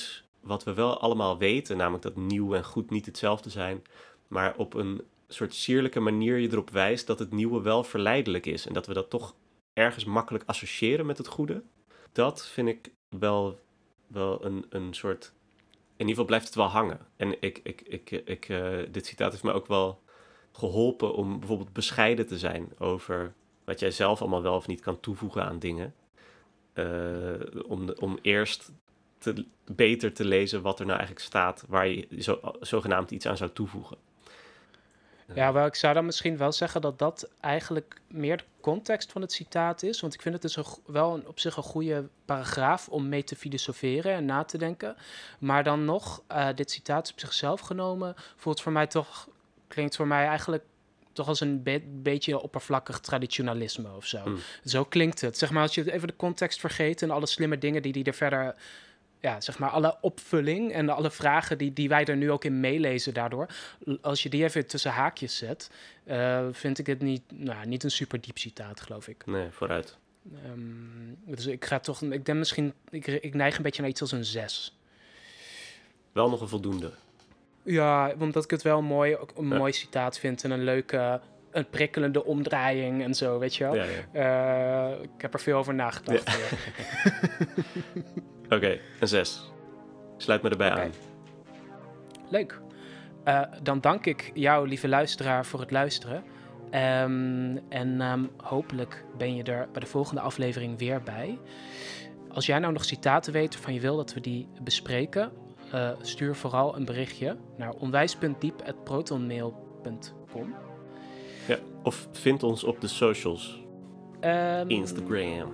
wat we wel allemaal weten, namelijk dat nieuw en goed niet hetzelfde zijn, maar op een soort sierlijke manier je erop wijst dat het nieuwe wel verleidelijk is en dat we dat toch ergens makkelijk associëren met het goede. Dat vind ik wel, wel een, een soort... In ieder geval blijft het wel hangen. En ik, ik, ik, ik, uh, dit citaat heeft me ook wel geholpen om bijvoorbeeld bescheiden te zijn over wat jij zelf allemaal wel of niet kan toevoegen aan dingen. Uh, om, om eerst te, beter te lezen wat er nou eigenlijk staat waar je zo, zogenaamd iets aan zou toevoegen. Ja, wel, ik zou dan misschien wel zeggen dat dat eigenlijk meer de context van het citaat is. Want ik vind het dus een, wel een, op zich een goede paragraaf om mee te filosoferen en na te denken. Maar dan nog, uh, dit citaat op zichzelf genomen, voelt voor mij toch, klinkt voor mij eigenlijk toch als een be- beetje oppervlakkig traditionalisme of zo. Mm. Zo klinkt het. Zeg maar, als je even de context vergeet en alle slimme dingen die die er verder... Ja, zeg maar, alle opvulling en alle vragen die, die wij er nu ook in meelezen daardoor. Als je die even tussen haakjes zet, uh, vind ik het niet, nou, niet een super diep citaat, geloof ik. Nee, vooruit. Um, dus ik ga toch, ik denk misschien, ik, ik neig een beetje naar iets als een zes. Wel nog een voldoende. Ja, omdat ik het wel mooi, een ja. mooi citaat vind en een leuke, een prikkelende omdraaiing en zo, weet je wel. Ja, ja. Uh, ik heb er veel over nagedacht. Ja. Oké, okay, een zes. Sluit me erbij okay. aan. Leuk. Uh, dan dank ik jou, lieve luisteraar, voor het luisteren. Um, en um, hopelijk ben je er bij de volgende aflevering weer bij. Als jij nou nog citaten weet waarvan je wil dat we die bespreken, uh, stuur vooral een berichtje naar onwijs punt diep at protonmail punt com. Ja, of vind ons op de socials. Um, Instagram.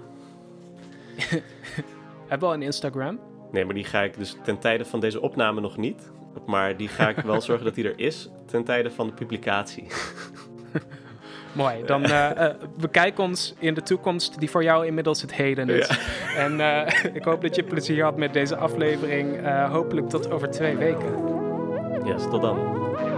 Hebben we al een Instagram? Nee, maar die ga ik dus ten tijde van deze opname nog niet. Maar die ga ik wel zorgen dat die er is ten tijde van de publicatie. Mooi, dan uh, uh, bekijk ons in de toekomst die voor jou inmiddels het heden is. Ja. En uh, ik hoop dat je plezier had met deze aflevering. Uh, hopelijk tot over twee weken. Yes, tot dan.